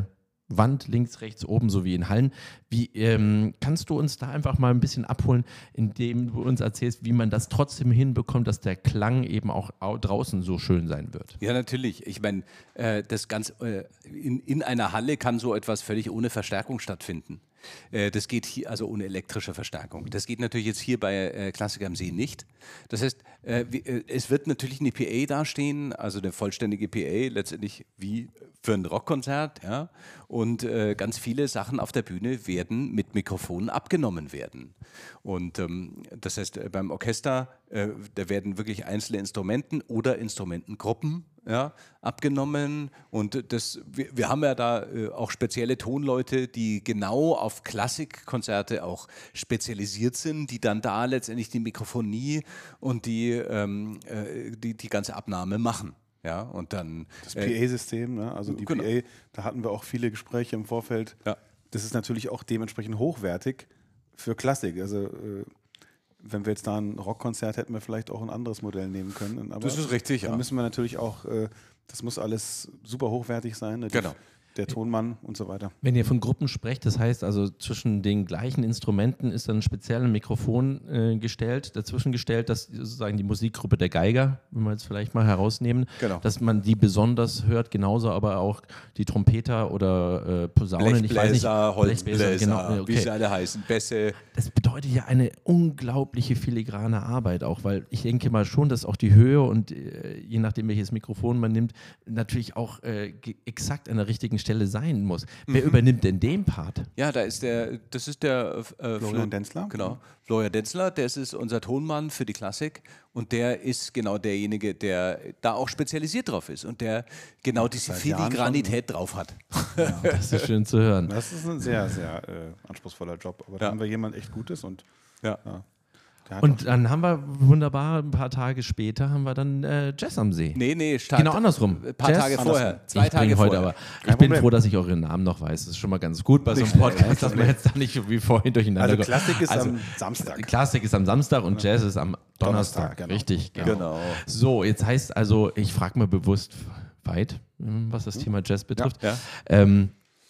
Wand, links, rechts, oben, so wie in Hallen. Wie ähm, kannst du uns da einfach mal ein bisschen abholen, indem du uns erzählst, wie man das trotzdem hinbekommt, dass der Klang eben auch au- draußen so schön sein wird? Ja, natürlich. Ich meine, äh, das ganz äh, in, in einer Halle kann so etwas völlig ohne Verstärkung stattfinden. Äh, das geht hier, also ohne elektrische Verstärkung. Das geht natürlich jetzt hier bei äh, Klassiker am See nicht. Das heißt, äh, wie, äh, es wird natürlich eine P A dastehen, also eine vollständige P A, letztendlich wie für ein Rockkonzert, ja. Und äh, ganz viele Sachen auf der Bühne werden mit Mikrofonen abgenommen werden. Und ähm, das heißt, äh, beim Orchester, äh, da werden wirklich einzelne Instrumenten oder Instrumentengruppen, ja, abgenommen. Und das, wir, wir haben ja da äh, auch spezielle Tonleute, die genau auf Klassikkonzerte auch spezialisiert sind, die dann da letztendlich die Mikrofonie und die, ähm, äh, die, die ganze Abnahme machen. Ja, und dann das P A-System, ne? Also die genau. P A, da hatten wir auch viele Gespräche im Vorfeld. Ja. Das ist natürlich auch dementsprechend hochwertig für Klassik. Also äh, wenn wir jetzt da ein Rockkonzert hätten wir vielleicht auch ein anderes Modell nehmen können. Aber das ist richtig, da ja. müssen wir natürlich auch, äh, das muss alles super hochwertig sein. Ne? Die, Genau. Der Tonmann und so weiter. Wenn ihr von Gruppen sprecht, das heißt also zwischen den gleichen Instrumenten ist dann ein spezielles Mikrofon äh, gestellt, dazwischen gestellt, dass sozusagen die Musikgruppe der Geiger, wenn wir jetzt vielleicht mal herausnehmen, Genau. dass man die besonders hört, genauso aber auch die Trompeter oder äh, Posaunen, ich weiß nicht. Blechbläser, Holzbläser, genau, okay. wie sie alle heißen, Bässe. Das bedeutet ja eine unglaubliche filigrane Arbeit auch, weil ich denke mal schon, dass auch die Höhe und äh, je nachdem welches Mikrofon man nimmt, natürlich auch äh, ge- exakt an der richtigen Stelle sein muss. Wer Mhm. übernimmt denn den Part? Ja, da ist der, das ist der äh, Florian Denzler. Genau, Florian Denzler, der ist unser Tonmann für die Klassik und der ist genau derjenige, der da auch spezialisiert drauf ist und der genau diese seit Jahren Filigranität drauf hat. Ja. Das ist schön zu hören. Das ist ein sehr, sehr äh, anspruchsvoller Job. Aber da Ja. haben wir jemand echt Gutes und Ja. ja, der hat Und dann haben wir wunderbar, ein paar Tage später haben wir dann äh, Jazz am See. Nee, nee, Start, Genau andersrum. Ein paar Jazz Tage andersrum. vorher, zwei ich Tage bring heute vorher. aber. Ich Kein bin Problem. froh, dass ich euren Namen noch weiß. Das ist schon mal ganz gut bei so einem Podcast, dass man jetzt da nicht wie vorhin durcheinander Also kommt. Klassik ist Also, am Samstag. Klassik ist am Samstag und Jazz ist am Donnerstag. Donnerstag, genau. Richtig, genau. Genau. So, jetzt heißt also, ich frage mal bewusst weit, was das Thema Jazz betrifft. Ja. Ähm,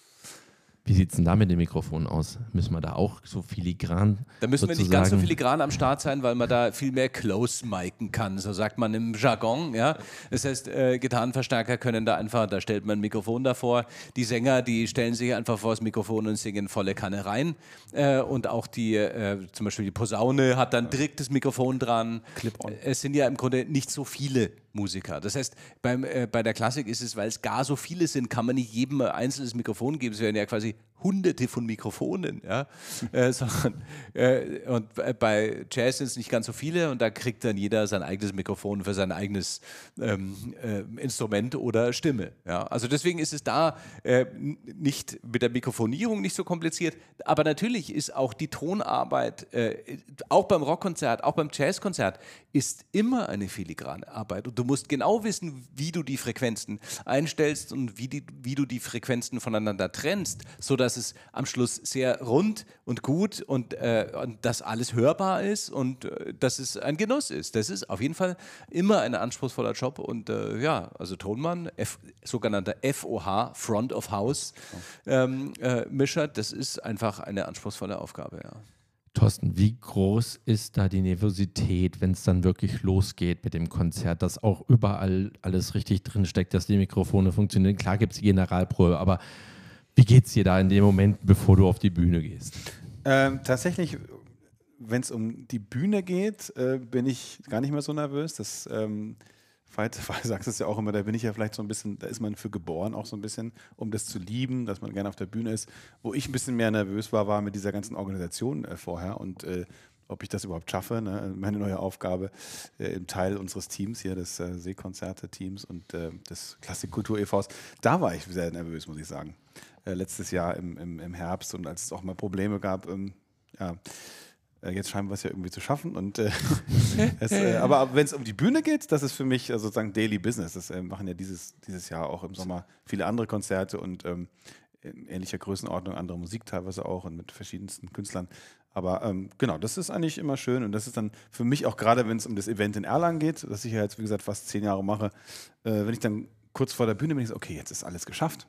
wie sieht es denn da mit dem Mikrofon aus? Müssen wir da auch so filigran Da müssen wir sozusagen nicht ganz so filigran am Start sein, weil man da viel mehr close-miken kann, so sagt man im Jargon. Ja? Das heißt, äh, Gitarrenverstärker können da einfach, da stellt man ein Mikrofon davor. Die Sänger, die stellen sich einfach vor das Mikrofon und singen volle Kanne rein. Äh, und auch die, äh, zum Beispiel die Posaune hat dann direkt das Mikrofon dran. Clip-on. Es sind ja im Grunde nicht so viele Musiker. Das heißt, beim, äh, bei der Klassik ist es, weil es gar so viele sind, kann man nicht jedem ein einzelnes Mikrofon geben. Es werden ja quasi hunderte von Mikrofonen. Ja? äh, sondern, äh, und bei Jazz sind es nicht ganz so viele und da kriegt dann jeder sein eigenes Mikrofon für sein eigenes ähm, äh, Instrument oder Stimme. Ja? Also deswegen ist es da äh, nicht mit der Mikrofonierung nicht so kompliziert, aber natürlich ist auch die Tonarbeit, äh, auch beim Rockkonzert, auch beim Jazzkonzert, ist immer eine filigrane Arbeit und du musst genau wissen, wie du die Frequenzen einstellst und wie, die, wie du die Frequenzen voneinander trennst, sodass es am Schluss sehr rund und gut und, äh, und dass alles hörbar ist und äh, dass es ein Genuss ist. Das ist auf jeden Fall immer ein anspruchsvoller Job und äh, ja, also Tonmann, F, sogenannter F O H, Front of House ähm, äh, Mischer, das ist einfach eine anspruchsvolle Aufgabe, ja. Thorsten, wie groß ist da die Nervosität, wenn es dann wirklich losgeht mit dem Konzert, dass auch überall alles richtig drinsteckt, dass die Mikrofone funktionieren? Klar gibt es die Generalprobe, aber wie geht es dir da in dem Moment, bevor du auf die Bühne gehst? Ähm, tatsächlich, wenn es um die Bühne geht, äh, bin ich gar nicht mehr so nervös. Das ähm, Veit sagt es ja auch immer, da bin ich ja vielleicht so ein bisschen, da ist man für geboren auch so ein bisschen, um das zu lieben, dass man gerne auf der Bühne ist. Wo ich ein bisschen mehr nervös war, war mit dieser ganzen Organisation äh, vorher und äh, ob ich das überhaupt schaffe, ne? Meine neue Aufgabe äh, im Teil unseres Teams hier, des äh, Seekonzerte-Teams und äh, des Klassikkultur e Vs. Da war ich sehr nervös, muss ich sagen. Äh, letztes Jahr im, im, im Herbst und als es auch mal Probleme gab, ähm, ja, äh, jetzt scheinen wir es ja irgendwie zu schaffen. Und, äh, es, äh, aber wenn es um die Bühne geht, das ist für mich äh, sozusagen Daily Business. Das äh, machen ja dieses, dieses Jahr auch im Sommer viele andere Konzerte und ähm, in ähnlicher Größenordnung andere Musik teilweise auch und mit verschiedensten Künstlern. Aber ähm, genau, das ist eigentlich immer schön und das ist dann für mich auch gerade, wenn es um das Event in Erlangen geht, das ich ja jetzt, wie gesagt, fast zehn Jahre mache, äh, wenn ich dann kurz vor der Bühne bin, ich so, okay, jetzt ist alles geschafft.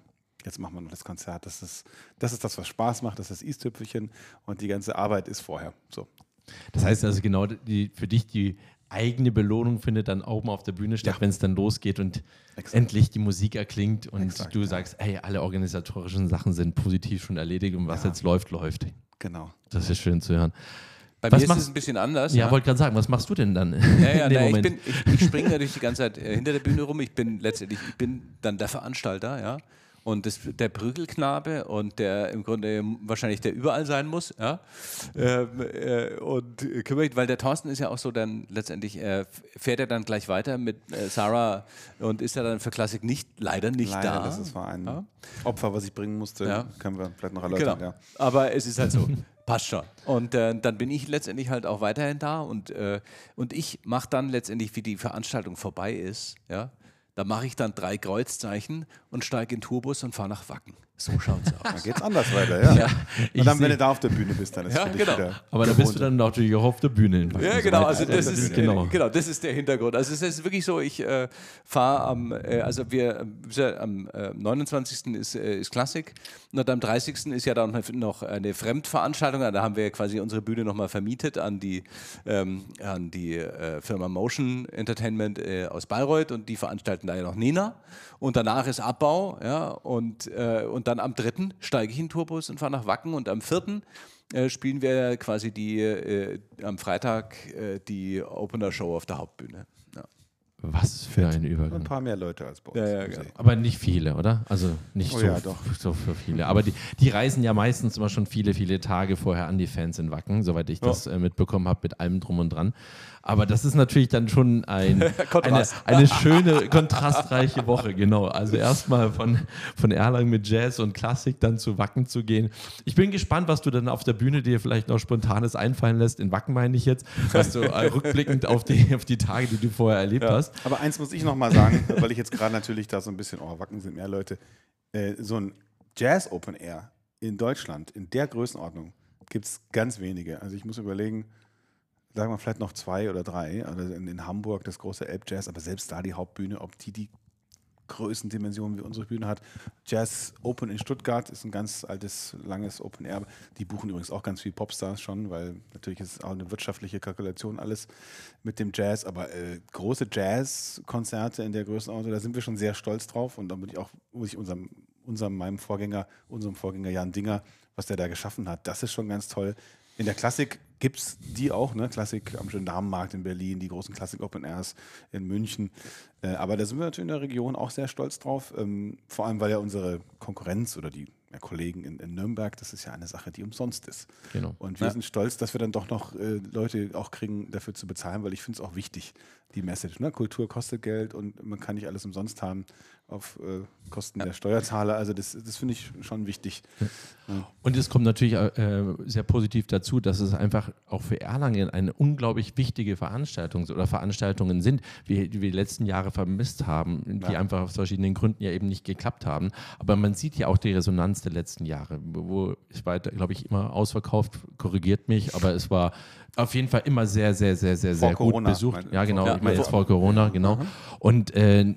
jetzt machen wir noch das Konzert. Das ist das, ist das was Spaß macht, das ist das i-Tüpfelchen und die ganze Arbeit ist vorher. So. Das heißt also genau, die, für dich die eigene Belohnung findet dann oben auf der Bühne statt, ja. wenn es dann losgeht und Exakt. endlich die Musik erklingt und Exakt, du ja. sagst, hey, alle organisatorischen Sachen sind positiv schon erledigt und was ja. jetzt läuft, läuft. Genau. Das ist schön zu hören. Bei was mir machst, ist es ein bisschen anders. Ja, ja. wollte gerade sagen, was machst du denn dann? Ja, ja, in dem na, Moment? Ich, ich, ich springe natürlich die ganze Zeit äh, hinter der Bühne rum. Ich bin letztendlich, ich bin dann der Veranstalter, ja. Und das, der Prügelknabe und der im Grunde wahrscheinlich der überall sein muss, ja. Ähm, äh, und kümmert, weil der Thorsten ist ja auch so, dann letztendlich äh, fährt er dann gleich weiter mit äh, Sarah und ist ja dann für Klassik nicht, leider nicht leider, da. Das war ein ja. Opfer, was ich bringen musste. Ja. Können wir vielleicht noch erläutern. Genau. Ja. Aber es ist halt so. Passt schon. Und äh, dann bin ich letztendlich halt auch weiterhin da und, äh, und ich mache dann letztendlich, wie die Veranstaltung vorbei ist, ja, da mache ich dann drei Kreuzzeichen und steige in den Tourbus und fahre nach Wacken. So schaut's aus. Dann geht's anders weiter, ja. ja und dann, wenn du da auf der Bühne bist, dann ist ja, es genau. wieder Aber dann bist du dann natürlich auch auf der Bühne. In ja, genau. Also das ist, äh, genau. genau, das ist der Hintergrund. Also es ist wirklich so, ich äh, fahre am, äh, also wir, äh, am äh, neunundzwanzigsten ist, äh, ist Klassik und am dreißigsten ist ja dann noch eine Fremdveranstaltung. Da haben wir quasi unsere Bühne nochmal vermietet an die, ähm, an die äh, Firma Motion Entertainment äh, aus Bayreuth und die veranstalten da ja noch Nena. Und danach ist Abbau, ja, und, äh, und dann am dritten steige ich in den Tourbus und fahre nach Wacken und am vierten äh, spielen wir quasi die, äh, am Freitag äh, die Opener-Show auf der Hauptbühne. Ja. Was für ein Übergang. Ein paar mehr Leute als bei uns. Ja, ja, genau. Aber nicht viele, oder? Also nicht oh, so, ja, doch. so für viele. Aber die, die reisen ja meistens immer schon viele, viele Tage vorher an die Fans in Wacken, soweit ich das äh, mitbekommen habe, mit allem drum und dran. Aber das ist natürlich dann schon ein, eine, eine schöne, kontrastreiche Woche, genau. Also erstmal von, von Erlangen mit Jazz und Klassik dann zu Wacken zu gehen. Ich bin gespannt, was du dann auf der Bühne dir vielleicht noch Spontanes einfallen lässt. In Wacken meine ich jetzt, was du äh, rückblickend auf die, auf die Tage, die du vorher erlebt ja. hast. Aber eins muss ich noch mal sagen, weil ich jetzt gerade natürlich da so ein bisschen, oh, Wacken sind mehr Leute, äh, so ein Jazz Open Air in Deutschland, in der Größenordnung, gibt es ganz wenige. Also ich muss überlegen, sagen wir vielleicht noch zwei oder drei, also in, in Hamburg das große Elb Jazz, aber selbst da die Hauptbühne, ob die die Größendimensionen wie unsere Bühne hat. Jazz Open in Stuttgart ist ein ganz altes, langes Open Air. Die buchen übrigens auch ganz viel Popstars schon, weil natürlich ist es auch eine wirtschaftliche Kalkulation alles mit dem Jazz, aber äh, große Jazz-Konzerte in der Größenordnung, da sind wir schon sehr stolz drauf und da bin ich auch, muss ich unserem, unserem, meinem Vorgänger, unserem Vorgänger Jan Dinger, was der da geschaffen hat, das ist schon ganz toll. In der Klassik gibt es die auch, ne? Klassik am Gendarmenmarkt in Berlin, die großen Klassik Open Airs in München. Äh, aber da sind wir natürlich in der Region auch sehr stolz drauf. Ähm, vor allem, weil ja unsere Konkurrenz oder die ja, Kollegen in, in Nürnberg, das ist ja eine Sache, die umsonst ist. Genau. Und wir ja. sind stolz, dass wir dann doch noch äh, Leute auch kriegen, dafür zu bezahlen, weil ich finde es auch wichtig, die Message. Ne? Kultur kostet Geld und man kann nicht alles umsonst haben auf äh, Kosten ja. der Steuerzahler. Also das, das finde ich schon wichtig. Ja. Ja. Und es kommt natürlich äh, sehr positiv dazu, dass es einfach auch für Erlangen eine unglaublich wichtige Veranstaltung oder Veranstaltungen sind, wie, die wir die letzten Jahre vermisst haben, die ja. einfach aus verschiedenen Gründen ja eben nicht geklappt haben. Aber man sieht ja auch die Resonanz der letzten Jahre, wo es war, glaube ich, immer ausverkauft, korrigiert mich, aber es war auf jeden Fall immer sehr, sehr, sehr, sehr, sehr gut Corona, besucht. meine, ja, genau, ja, ich meine jetzt vor, vor Corona, ja. genau. Mhm. Und äh,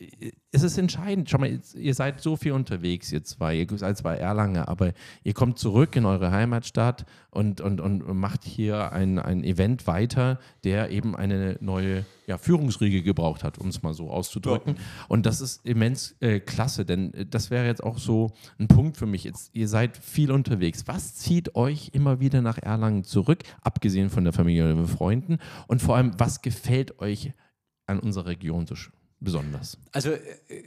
es ist entscheidend, schau mal, ihr seid so viel unterwegs, ihr zwei, ihr seid zwar Erlanger, aber ihr kommt zurück in eure Heimatstadt und, und, und macht hier ein, ein Event weiter, der eben eine neue ja, Führungsriege gebraucht hat, um es mal so auszudrücken. Ja. Und das ist immens äh, klasse, denn das wäre jetzt auch so ein Punkt für mich. Jetzt, ihr seid viel unterwegs. Was zieht euch immer wieder nach Erlangen zurück, abgesehen von der Familie und den Freunden? Und vor allem, was gefällt euch an unserer Region so schön? Besonders. Also äh,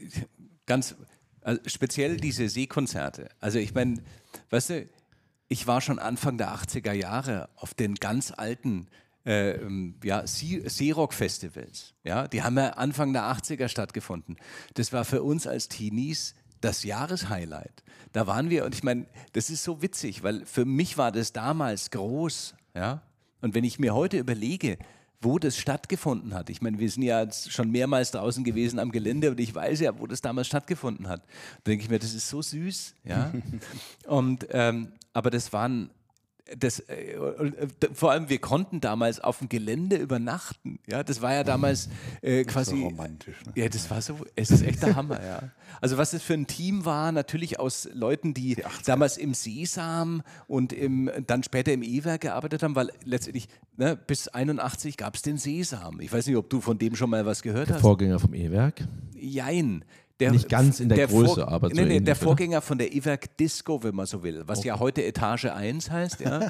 ganz also speziell diese Seekonzerte. Also ich meine, weißt du, ich war schon Anfang der achtziger Jahre auf den ganz alten äh, ja, Seerock-Festivals. Ja? Die haben ja Anfang der achtziger stattgefunden. Das war für uns als Teenies das Jahreshighlight. Da waren wir, und ich meine, das ist so witzig, weil für mich war das damals groß. Ja? Und wenn ich mir heute überlege, wo das stattgefunden hat. Ich meine, wir sind ja jetzt schon mehrmals draußen gewesen am Gelände und ich weiß ja, wo das damals stattgefunden hat. Da denke ich mir, das ist so süß. Ja? und, ähm, aber das waren das, äh, vor allem, wir konnten damals auf dem Gelände übernachten. Ja, das war ja damals äh, quasi. So romantisch. Ne? Ja, das war so, es ist echt der Hammer, ja. Also, was das für ein Team war, natürlich aus Leuten, die, die damals im Sesam und im, dann später im E-Werk gearbeitet haben, weil letztendlich ne, bis einundachtzig gab es den Sesam. Ich weiß nicht, ob du von dem schon mal was gehört hast. Vorgänger vom E-Werk? Jein. Der, Nicht ganz in der, der Größe, Vor aber so nee, nee, ähnlich, der oder? Vorgänger von der E-Werk Disco, wenn man so will, was okay. ja heute Etage eins heißt. Ja.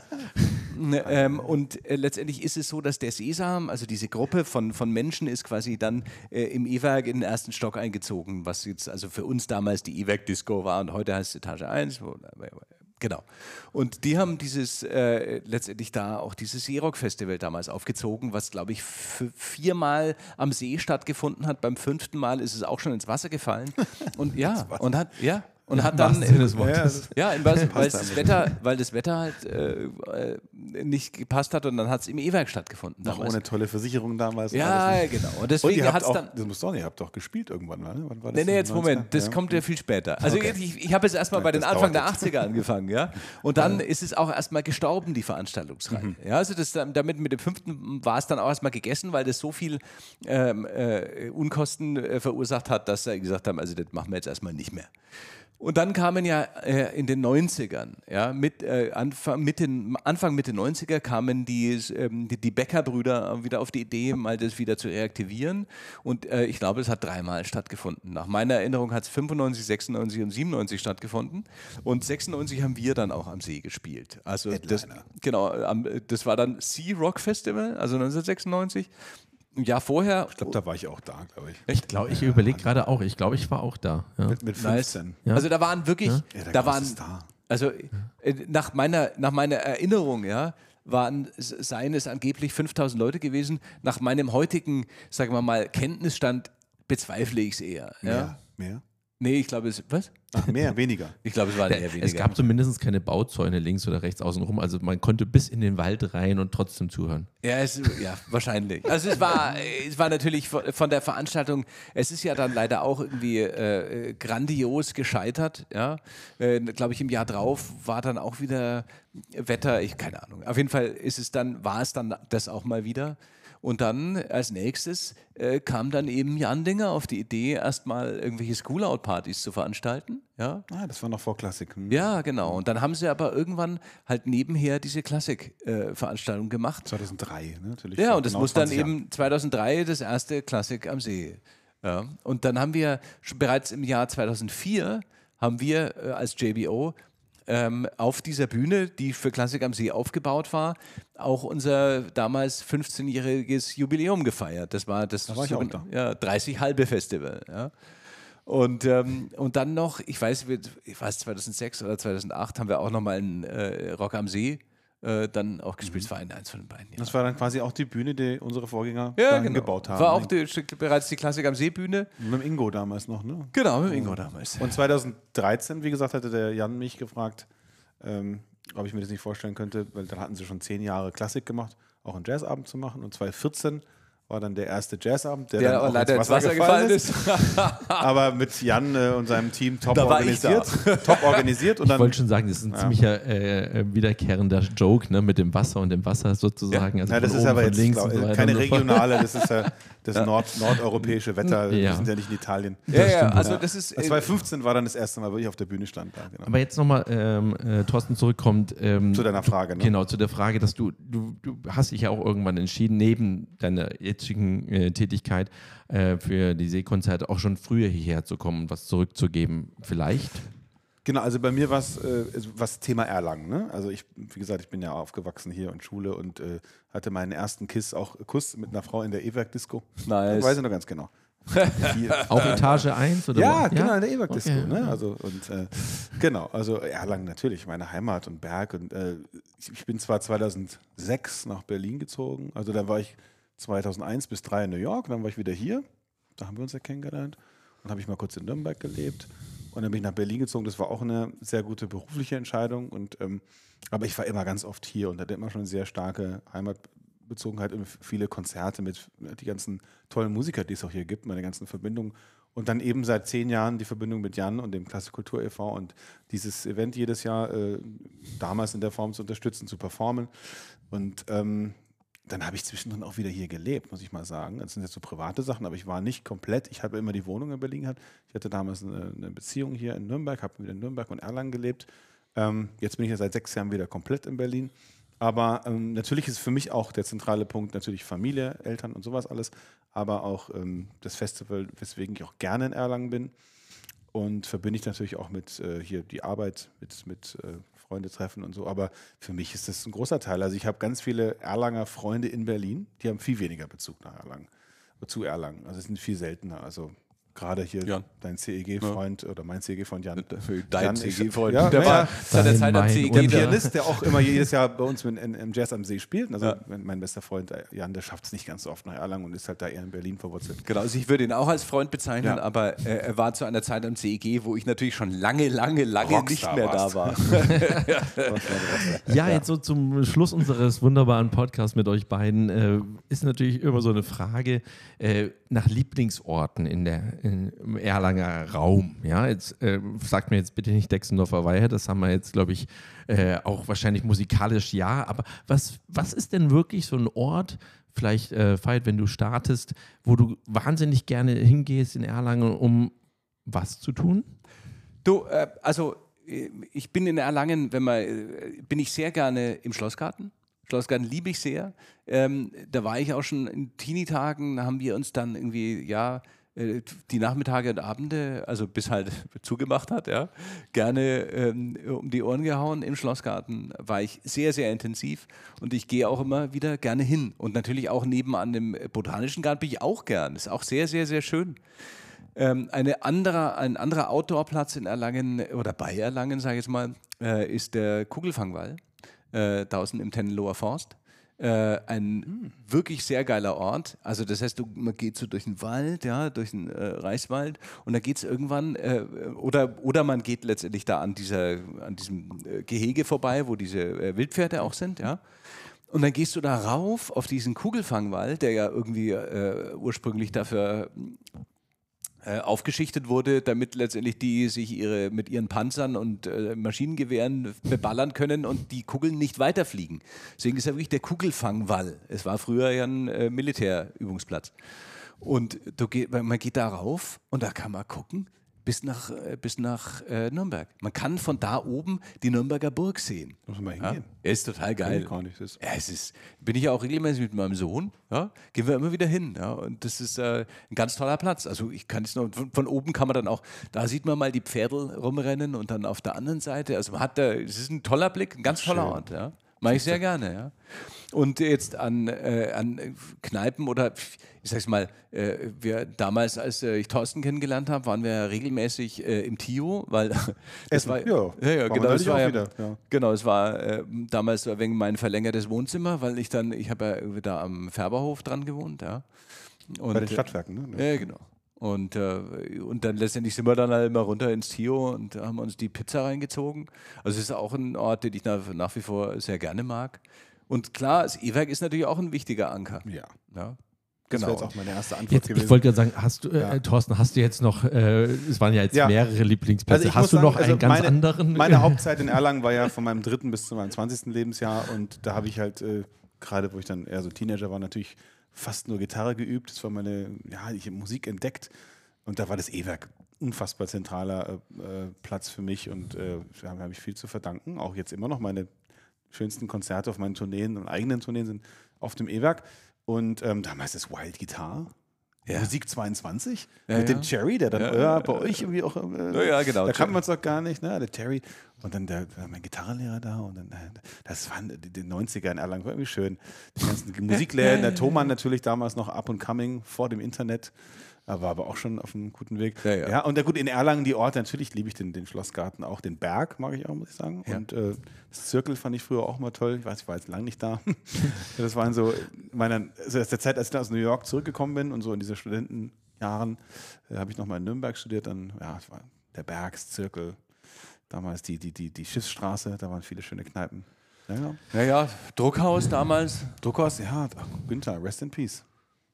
ähm, und äh, letztendlich ist es so, dass der Sesam, also diese Gruppe von, von Menschen, ist quasi dann äh, im E-Werk in den ersten Stock eingezogen, was jetzt also für uns damals die E-Werk Disco war und heute heißt es Etage eins. Wo, Genau. Und die haben dieses, äh, letztendlich da auch dieses Seerock-Festival damals aufgezogen, was, glaube ich, viermal am See stattgefunden hat. Beim fünften Mal ist es auch schon ins Wasser gefallen. Und ja, und hat, ja, und hat dann, Sinne des Wortes. ja, in was, weil, das Wetter, weil das Wetter halt äh, nicht gepasst hat und dann hat es im E-Werk stattgefunden. Noch damals. ohne tolle Versicherung damals. Ja, genau. Und deswegen und hat es dann. Das muss doch nicht, ihr habt doch gespielt irgendwann mal, ne? Wann war das? Nee, nee, jetzt Moment, das ja. kommt ja viel später. Also okay. ich, ich habe jetzt erstmal bei den das Anfang der dauert achtziger angefangen, ja. Und dann ist es auch erstmal gestorben, die Veranstaltungsreihe. Mhm. Ja, also das, damit mit dem fünften war es dann auch erstmal gegessen, weil das so viel ähm, äh, Unkosten äh, verursacht hat, dass sie gesagt haben, also das machen wir jetzt erstmal nicht mehr. Und dann kamen ja äh, in den neunzigern, ja, mit, äh, Anfang, Mitte, Anfang Mitte neunziger kamen die, ähm, die, die Becker-Brüder wieder auf die Idee, mal das wieder zu reaktivieren. Und äh, ich glaube, es hat dreimal stattgefunden. Nach meiner Erinnerung hat es fünfundneunzig, sechsundneunzig und siebenundneunzig stattgefunden. Und sechsundneunzig haben wir dann auch am See gespielt. Also das, genau, am, das war dann Sea Rock Festival, also neunzehnhundertsechsundneunzig. Ein Jahr vorher. Ich glaube, da war ich auch da, glaube ich. Ich glaube, ich überlege gerade auch. Ich glaube, ich war auch da. Ja. Mit, mit fünfzehn. Nice. Ja. Also da waren wirklich, ja? Ja, da waren, Star. also äh, nach meiner, nach meiner Erinnerung, ja, waren, seien es angeblich fünftausend Leute gewesen. Nach meinem heutigen, sagen wir mal, Kenntnisstand bezweifle ich es eher. Mehr? Ja? Mehr? Nee, ich glaube, es, was? Ach, mehr, weniger. Ich glaube, es war eher weniger. Es gab zumindest keine Bauzäune links oder rechts außen rum. Also man konnte bis in den Wald rein und trotzdem zuhören. Ja, es, ja, wahrscheinlich. Also es war, es war natürlich von der Veranstaltung, es ist ja dann leider auch irgendwie äh, grandios gescheitert. Ja? Äh, glaube ich, im Jahr drauf war dann auch wieder Wetter, ich keine Ahnung. Auf jeden Fall ist es dann, war es dann das auch mal wieder. Und dann als nächstes äh, kam dann eben Jan Dinger auf die Idee, erstmal irgendwelche School-Out-Partys zu veranstalten. Ja? Ah, das war noch vor Klassik. Hm. Ja, genau. Und dann haben sie aber irgendwann halt nebenher diese Klassik-Veranstaltung äh, gemacht. zweitausenddrei, ne? Natürlich. Ja, und das genau muss dann zwanzig Jahre. eben zweitausenddrei das erste Klassik am See. Ja. Und dann haben wir schon bereits im Jahr zweitausendvier haben wir äh, als J B O Ähm, auf dieser Bühne, die für Klassik am See aufgebaut war, auch unser damals fünfzehnjähriges Jubiläum gefeiert. Das war das da war ich auch da. Ja, dreißig Halbe Festival. Ja. Und, ähm, und dann noch, ich weiß, ich weiß zweitausendsechs oder zweitausendacht haben wir auch nochmal einen äh, Rock am See äh, dann auch gespielt. Das war ein, eins von den beiden. Ja. Das war dann quasi auch die Bühne, die unsere Vorgänger ja, dann genau. gebaut haben. War auch die, bereits die Klassik am See Bühne. Mit dem Ingo damals noch, ne? Genau, mit dem Ingo damals. Und zweitausenddreizehn, wie gesagt, hatte der Jan mich gefragt, ähm, ob ich mir das nicht vorstellen könnte, weil dann hatten sie schon zehn Jahre Klassik gemacht, auch einen Jazzabend zu machen. Und zweitausendvierzehn war dann der erste Jazzabend, der, der dann auch leider ins Wasser, Wasser gefallen, gefallen ist. ist. Aber mit Jan äh, und seinem Team top Da war organisiert. Top organisiert. Und Ich dann, wollte schon sagen, das ist ein ja. ziemlicher äh, wiederkehrender Joke, ne, mit dem Wasser und dem Wasser sozusagen. Ja. Also ja, das von ist oben, aber von jetzt links glaub, und so weiter keine und so fort. regionale, das ist ja das ja. Nord nordeuropäische Wetter. Ja. Wir sind ja nicht in Italien. Ja, ja, also Ja. das ist. zweitausendfünfzehn war dann das erste Mal, wo ich auf der Bühne stand. Da, genau. Aber jetzt nochmal, ähm, äh, Thorsten, zurückkommt. Ähm, Zu deiner Frage. Ne? Genau, zu der Frage, dass du, du, du hast dich ja auch irgendwann entschieden, neben deiner jetzigen äh, Tätigkeit äh, für die Seekonzerte auch schon früher hierher zu kommen und was zurückzugeben, vielleicht? Genau, also bei mir war es äh, was Thema Erlangen. Ne? Also ich, wie gesagt, ich bin ja aufgewachsen hier in Schule und äh, hatte meinen ersten Kiss, auch Kuss mit einer Frau in der E-Werk-Disco. Nice. Das weiß ich noch ganz genau. Auch Etage eins? Oder ja, wo? genau, in der E-Werk-Disco. Okay. Ne? Also, und, äh, genau, also Erlangen natürlich, meine Heimat und Berg. Und, äh, ich, ich bin zwar zweitausendsechs nach Berlin gezogen, also dann war ich zweitausendeins bis zweitausenddrei in New York, dann war ich wieder hier, da haben wir uns ja kennengelernt. Dann habe ich mal kurz in Nürnberg gelebt. Und dann bin ich nach Berlin gezogen. Das war auch eine sehr gute berufliche Entscheidung. Und, ähm, aber ich war immer ganz oft hier und hatte immer schon eine sehr starke Heimatbezogenheit und viele Konzerte mit die ganzen tollen Musiker, die es auch hier gibt, meine ganzen Verbindungen. Und dann eben seit zehn Jahren die Verbindung mit Jan und dem Klassik Kultur e V und dieses Event jedes Jahr äh, damals in der Form zu unterstützen, zu performen. Und ähm, dann habe ich zwischendrin auch wieder hier gelebt, muss ich mal sagen. Das sind jetzt so private Sachen, aber ich war nicht komplett. Ich habe immer die Wohnung in Berlin gehabt. Ich hatte damals eine, eine Beziehung hier in Nürnberg, habe wieder in Nürnberg und Erlangen gelebt. Ähm, jetzt bin ich ja seit sechs Jahren wieder komplett in Berlin. Aber ähm, natürlich ist für mich auch der zentrale Punkt natürlich Familie, Eltern und sowas alles, aber auch ähm, das Festival, weswegen ich auch gerne in Erlangen bin und verbinde ich natürlich auch mit äh, hier die Arbeit, mit, mit äh, Freunde treffen und so, aber für mich ist das ein großer Teil. Also ich habe ganz viele Erlanger Freunde in Berlin, die haben viel weniger Bezug nach Erlangen, zu Erlangen, also es sind viel seltener, also gerade hier Jan. dein C E G-Freund ja. oder mein C E G-Freund Jan. Dein C E G-Freund. Ja, der ja, war zu der Zeit am C E G. Der Pianist, der auch immer jedes Jahr bei uns mit, in, im Jazz am See spielt. Also ja. mein bester Freund Jan, der schafft es nicht ganz so oft nach Erlangen und ist halt da eher in Berlin verwurzelt. Genau, also ich würde ihn auch als Freund bezeichnen, ja. aber äh, er war zu einer Zeit am C E G, wo ich natürlich schon lange, lange, lange Rockstar nicht mehr warst. da war. ja, ja, jetzt so zum Schluss unseres wunderbaren Podcasts mit euch beiden äh, ist natürlich immer so eine Frage äh, nach Lieblingsorten in der, in, im Erlanger Raum. Ja, jetzt äh, sagt mir jetzt bitte nicht Dexendorfer Weiher, das haben wir jetzt, glaube ich, äh, auch wahrscheinlich musikalisch ja, aber was, was ist denn wirklich so ein Ort, vielleicht, äh, Veit, wenn du startest, wo du wahnsinnig gerne hingehst in Erlangen, um was zu tun? Du, äh, also ich bin in Erlangen, wenn man, äh, bin ich sehr gerne im Schlossgarten. Schlossgarten liebe ich sehr. Ähm, da war ich auch schon in Teenie-Tagen, da haben wir uns dann irgendwie, ja, die Nachmittage und Abende, also bis halt zugemacht hat, ja, gerne ähm, um die Ohren gehauen. Im Schlossgarten war ich sehr, sehr intensiv und ich gehe auch immer wieder gerne hin. Und natürlich auch nebenan dem Botanischen Garten bin ich auch gern. Das ist auch sehr, sehr, sehr schön. Ähm, eine andere, ein anderer Outdoor-Platz in Erlangen oder bei Erlangen, sage ich jetzt mal, äh, ist der Kugelfangwall, äh, draußen im Tennelower Forst. Äh, ein mhm. wirklich sehr geiler Ort. Also das heißt, du, man geht so durch den Wald, ja, durch den äh, Reichswald und da geht es irgendwann, äh, oder, oder man geht letztendlich da an, dieser, an diesem äh, Gehege vorbei, wo diese äh, Wildpferde auch sind, ja. Und dann gehst du da rauf auf diesen Kugelfangwall, der ja irgendwie äh, ursprünglich dafür aufgeschichtet wurde, damit letztendlich die sich ihre, mit ihren Panzern und äh, Maschinengewehren beballern können und die Kugeln nicht weiterfliegen. Deswegen ist ja wirklich der Kugelfangwall. Es war früher ja ein äh, Militärübungsplatz. Und du geht, man geht da rauf und da kann man gucken bis nach, äh, bis nach äh, Nürnberg. Man kann von da oben die Nürnberger Burg sehen. Muss man ja? hingehen. Ja, ist total geil. Gar nicht, das ja, es ist, bin ich ja auch regelmäßig mit meinem Sohn. Ja? Gehen wir immer wieder hin. Ja? Und das ist äh, ein ganz toller Platz. Also ich kann es noch, von, von oben kann man dann auch, da sieht man mal die Pferdel rumrennen und dann auf der anderen Seite, also man hat da, es ist ein toller Blick, ein ganz toller Schön. Ort. Ja? Mache ich sehr gerne, ja. Und jetzt an, äh, an Kneipen oder, ich sag's mal, äh, wir damals, als äh, ich Thorsten kennengelernt habe, waren wir ja regelmäßig äh, im Tio, weil das Essen, war, ja, ja, ja genau, es war ja, wieder, ja. genau, es war äh, damals wegen mein verlängertes Wohnzimmer, weil ich dann, ich habe ja irgendwie da am Färberhof dran gewohnt, ja. Und, bei den Stadtwerken, ne? Ja, äh, genau. Und, äh, und dann letztendlich sind wir dann halt immer runter ins Tio und haben uns die Pizza reingezogen. Also es ist auch ein Ort, den ich nach, nach wie vor sehr gerne mag. Und klar, das E-Werk ist natürlich auch ein wichtiger Anker. Ja. ja. Das Genau. wäre jetzt auch meine erste Antwort jetzt, gewesen. Ich wollte gerade sagen, hast du, äh, Ja. Thorsten, hast du jetzt noch, äh, es waren ja jetzt Ja. mehrere Lieblingsplätze, Also ich hast muss du noch sagen, also einen ganz meine, anderen? Meine Hauptzeit in Erlangen war ja von meinem dritten bis zu meinem zwanzigsten Lebensjahr und da habe ich halt, äh, gerade wo ich dann eher so Teenager war, natürlich fast nur Gitarre geübt. Das war meine, ja, ich habe Musik entdeckt und da war das E-Werk unfassbar zentraler äh, Platz für mich und äh, da habe ich viel zu verdanken. Auch jetzt immer noch meine schönsten Konzerte auf meinen Tourneen und eigenen Tourneen sind auf dem E-Werk. Und ähm, damals das Wild Guitar, ja. Musik zweiundzwanzig, ja, mit ja. dem Cherry, der dann ja, ja, ja, bei ja, euch irgendwie auch, äh, ja, ja, genau. da kannte man es doch gar nicht, ne? Der Terry und dann der, der, mein Gitarrenlehrer da und dann, äh, das waren die, die neunziger in Erlangen, war irgendwie schön. Die ganzen Musikläden, der Thomann natürlich damals noch up and coming vor dem Internet. Er war aber auch schon auf einem guten Weg. Ja, ja. ja und ja, gut, in Erlangen die Orte, natürlich liebe ich den, den Schlossgarten auch, den Berg mag ich auch, muss ich sagen. Ja. Und äh, das Zirkel fand ich früher auch mal toll. Ich weiß, ich war jetzt lange nicht da. Das waren so, meine, also aus der Zeit, als ich aus New York zurückgekommen bin und so in diese Studentenjahren, äh, habe ich nochmal in Nürnberg studiert. Dann, ja, es war der Berg, das Zirkel, damals die, die, die, die Schiffsstraße, da waren viele schöne Kneipen. Ja, ja. Ja, ja, Druckhaus damals. Druckhaus, ja, ach, Günther, rest in peace.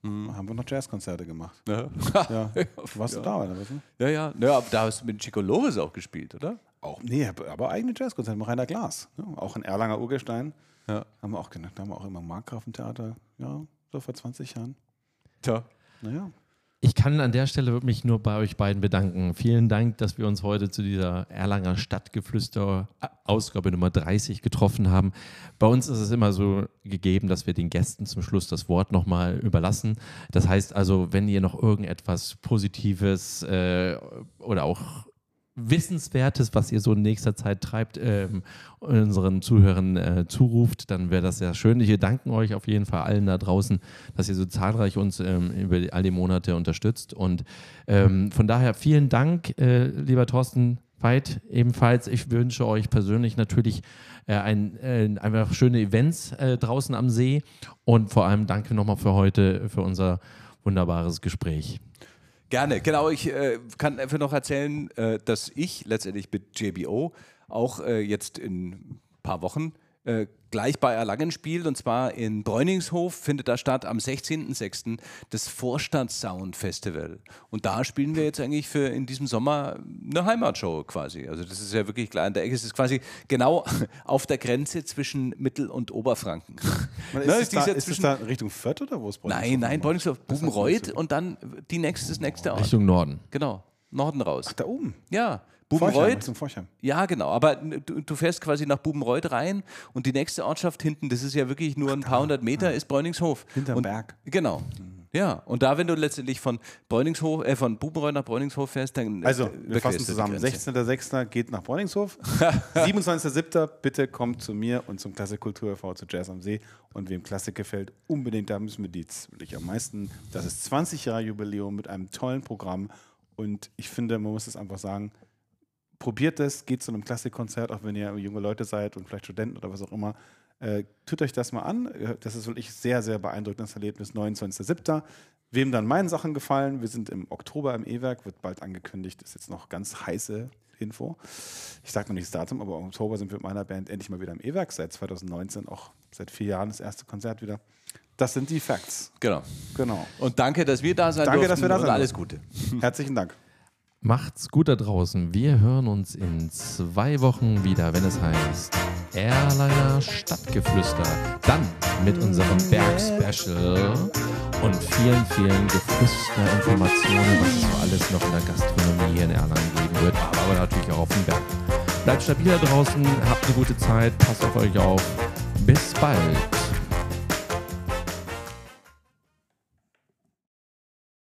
mhm. haben wir noch Jazzkonzerte gemacht. Ja. Ja. Warst ja. du da, oder was? Ne? Ja, ja. ja aber da hast du mit Chico Loris auch gespielt, oder? Auch, nee, aber eigene Jazzkonzerte mit Rainer Glas. Ne? Auch in Erlanger Urgestein. Ja. Haben wir auch gemacht. Da haben wir auch immer im Markgrafentheater, ja, so vor zwanzig Jahren. Tja. Naja. Ich kann an der Stelle mich nur bei euch beiden bedanken. Vielen Dank, dass wir uns heute zu dieser Erlanger Stadtgeflüster Ausgabe Nummer dreißig getroffen haben. Bei uns ist es immer so gegeben, dass wir den Gästen zum Schluss das Wort nochmal überlassen. Das heißt also, wenn ihr noch irgendetwas Positives äh, oder auch Wissenswertes, was ihr so in nächster Zeit treibt, ähm, unseren Zuhörern äh, zuruft, dann wäre das sehr schön. Wir danken euch auf jeden Fall allen da draußen, dass ihr so zahlreich uns ähm, über die, all die Monate unterstützt. Und ähm, von daher vielen Dank, äh, lieber Thorsten Veit, ebenfalls. Ich wünsche euch persönlich natürlich äh, ein, äh, einfach schöne Events äh, draußen am See und vor allem danke nochmal für heute, für unser wunderbares Gespräch. Gerne, genau. Ich äh, kann einfach noch erzählen, äh, dass ich letztendlich mit J B O auch äh, jetzt in ein paar Wochen äh, gleich bei Erlangen spielt, und zwar in Bräuningshof findet da statt am sechzehnten sechsten das Vorstadt-Sound Festival. Und da spielen wir jetzt eigentlich für in diesem Sommer eine Heimatshow quasi. Also das ist ja wirklich klar in der Ecke. Es ist quasi genau auf der Grenze zwischen Mittel- und Oberfranken. Ist, ne, es da, ist zwischen, es da Richtung Fürth oder wo ist Bräuningshof? Nein, nein, Bräuningshof, Das heißt, Bubenreuth das und dann die nächste, das nächste Ort. Richtung Norden. Genau, Norden raus. Ach, da oben. Ja, Forchheim, Bubenreuth. Richtung Forchheim. Ja, genau. Aber du, du fährst quasi nach Bubenreuth rein und die nächste Ortschaft hinten, das ist ja wirklich nur ein paar hundert Meter, ist Bräuningshof. Hinterm und, Berg. Genau. Ja, und da, wenn du letztendlich von Bräuningshof, äh, von Bubenreuth nach Bräuningshof fährst, dann. Also, äh, wir fassen überquerst du die zusammen. Grenze. sechzehnten sechsten geht nach Bräuningshof. siebenundzwanzigsten siebten bitte kommt zu mir und zum Klassik Kultur e V zu Jazz am See. Und wem Klassik gefällt, unbedingt, da müssen wir die wirklich am meisten. Das ist zwanzig Jahre Jubiläum mit einem tollen Programm. Und ich finde, man muss es einfach sagen, probiert es, geht zu einem Klassikkonzert, auch wenn ihr junge Leute seid und vielleicht Studenten oder was auch immer. Äh, tut euch das mal an. Das ist wirklich sehr, sehr beeindruckendes Erlebnis. neunundzwanzigsten siebten Wem dann meine Sachen gefallen, wir sind im Oktober im E-Werk, wird bald angekündigt, ist jetzt noch ganz heiße Info. Ich sage noch nicht das Datum, aber im Oktober sind wir mit meiner Band endlich mal wieder im E-Werk, seit zweitausendneunzehn, auch seit vier Jahren das erste Konzert wieder. Das sind die Facts. Genau. Genau. Und danke, dass wir da sein Danke, durften, dass wir da und sein alles durften. Gute. Herzlichen Dank. Macht's gut da draußen. Wir hören uns in zwei Wochen wieder, wenn es heißt Erlanger Stadtgeflüster. Dann mit unserem Berg-Special und vielen, vielen Geflüster-Informationen, was es so alles noch in der Gastronomie hier in Erlangen geben wird, aber natürlich auch auf dem Berg. Bleibt stabil da draußen, habt eine gute Zeit, passt auf euch auf. Bis bald.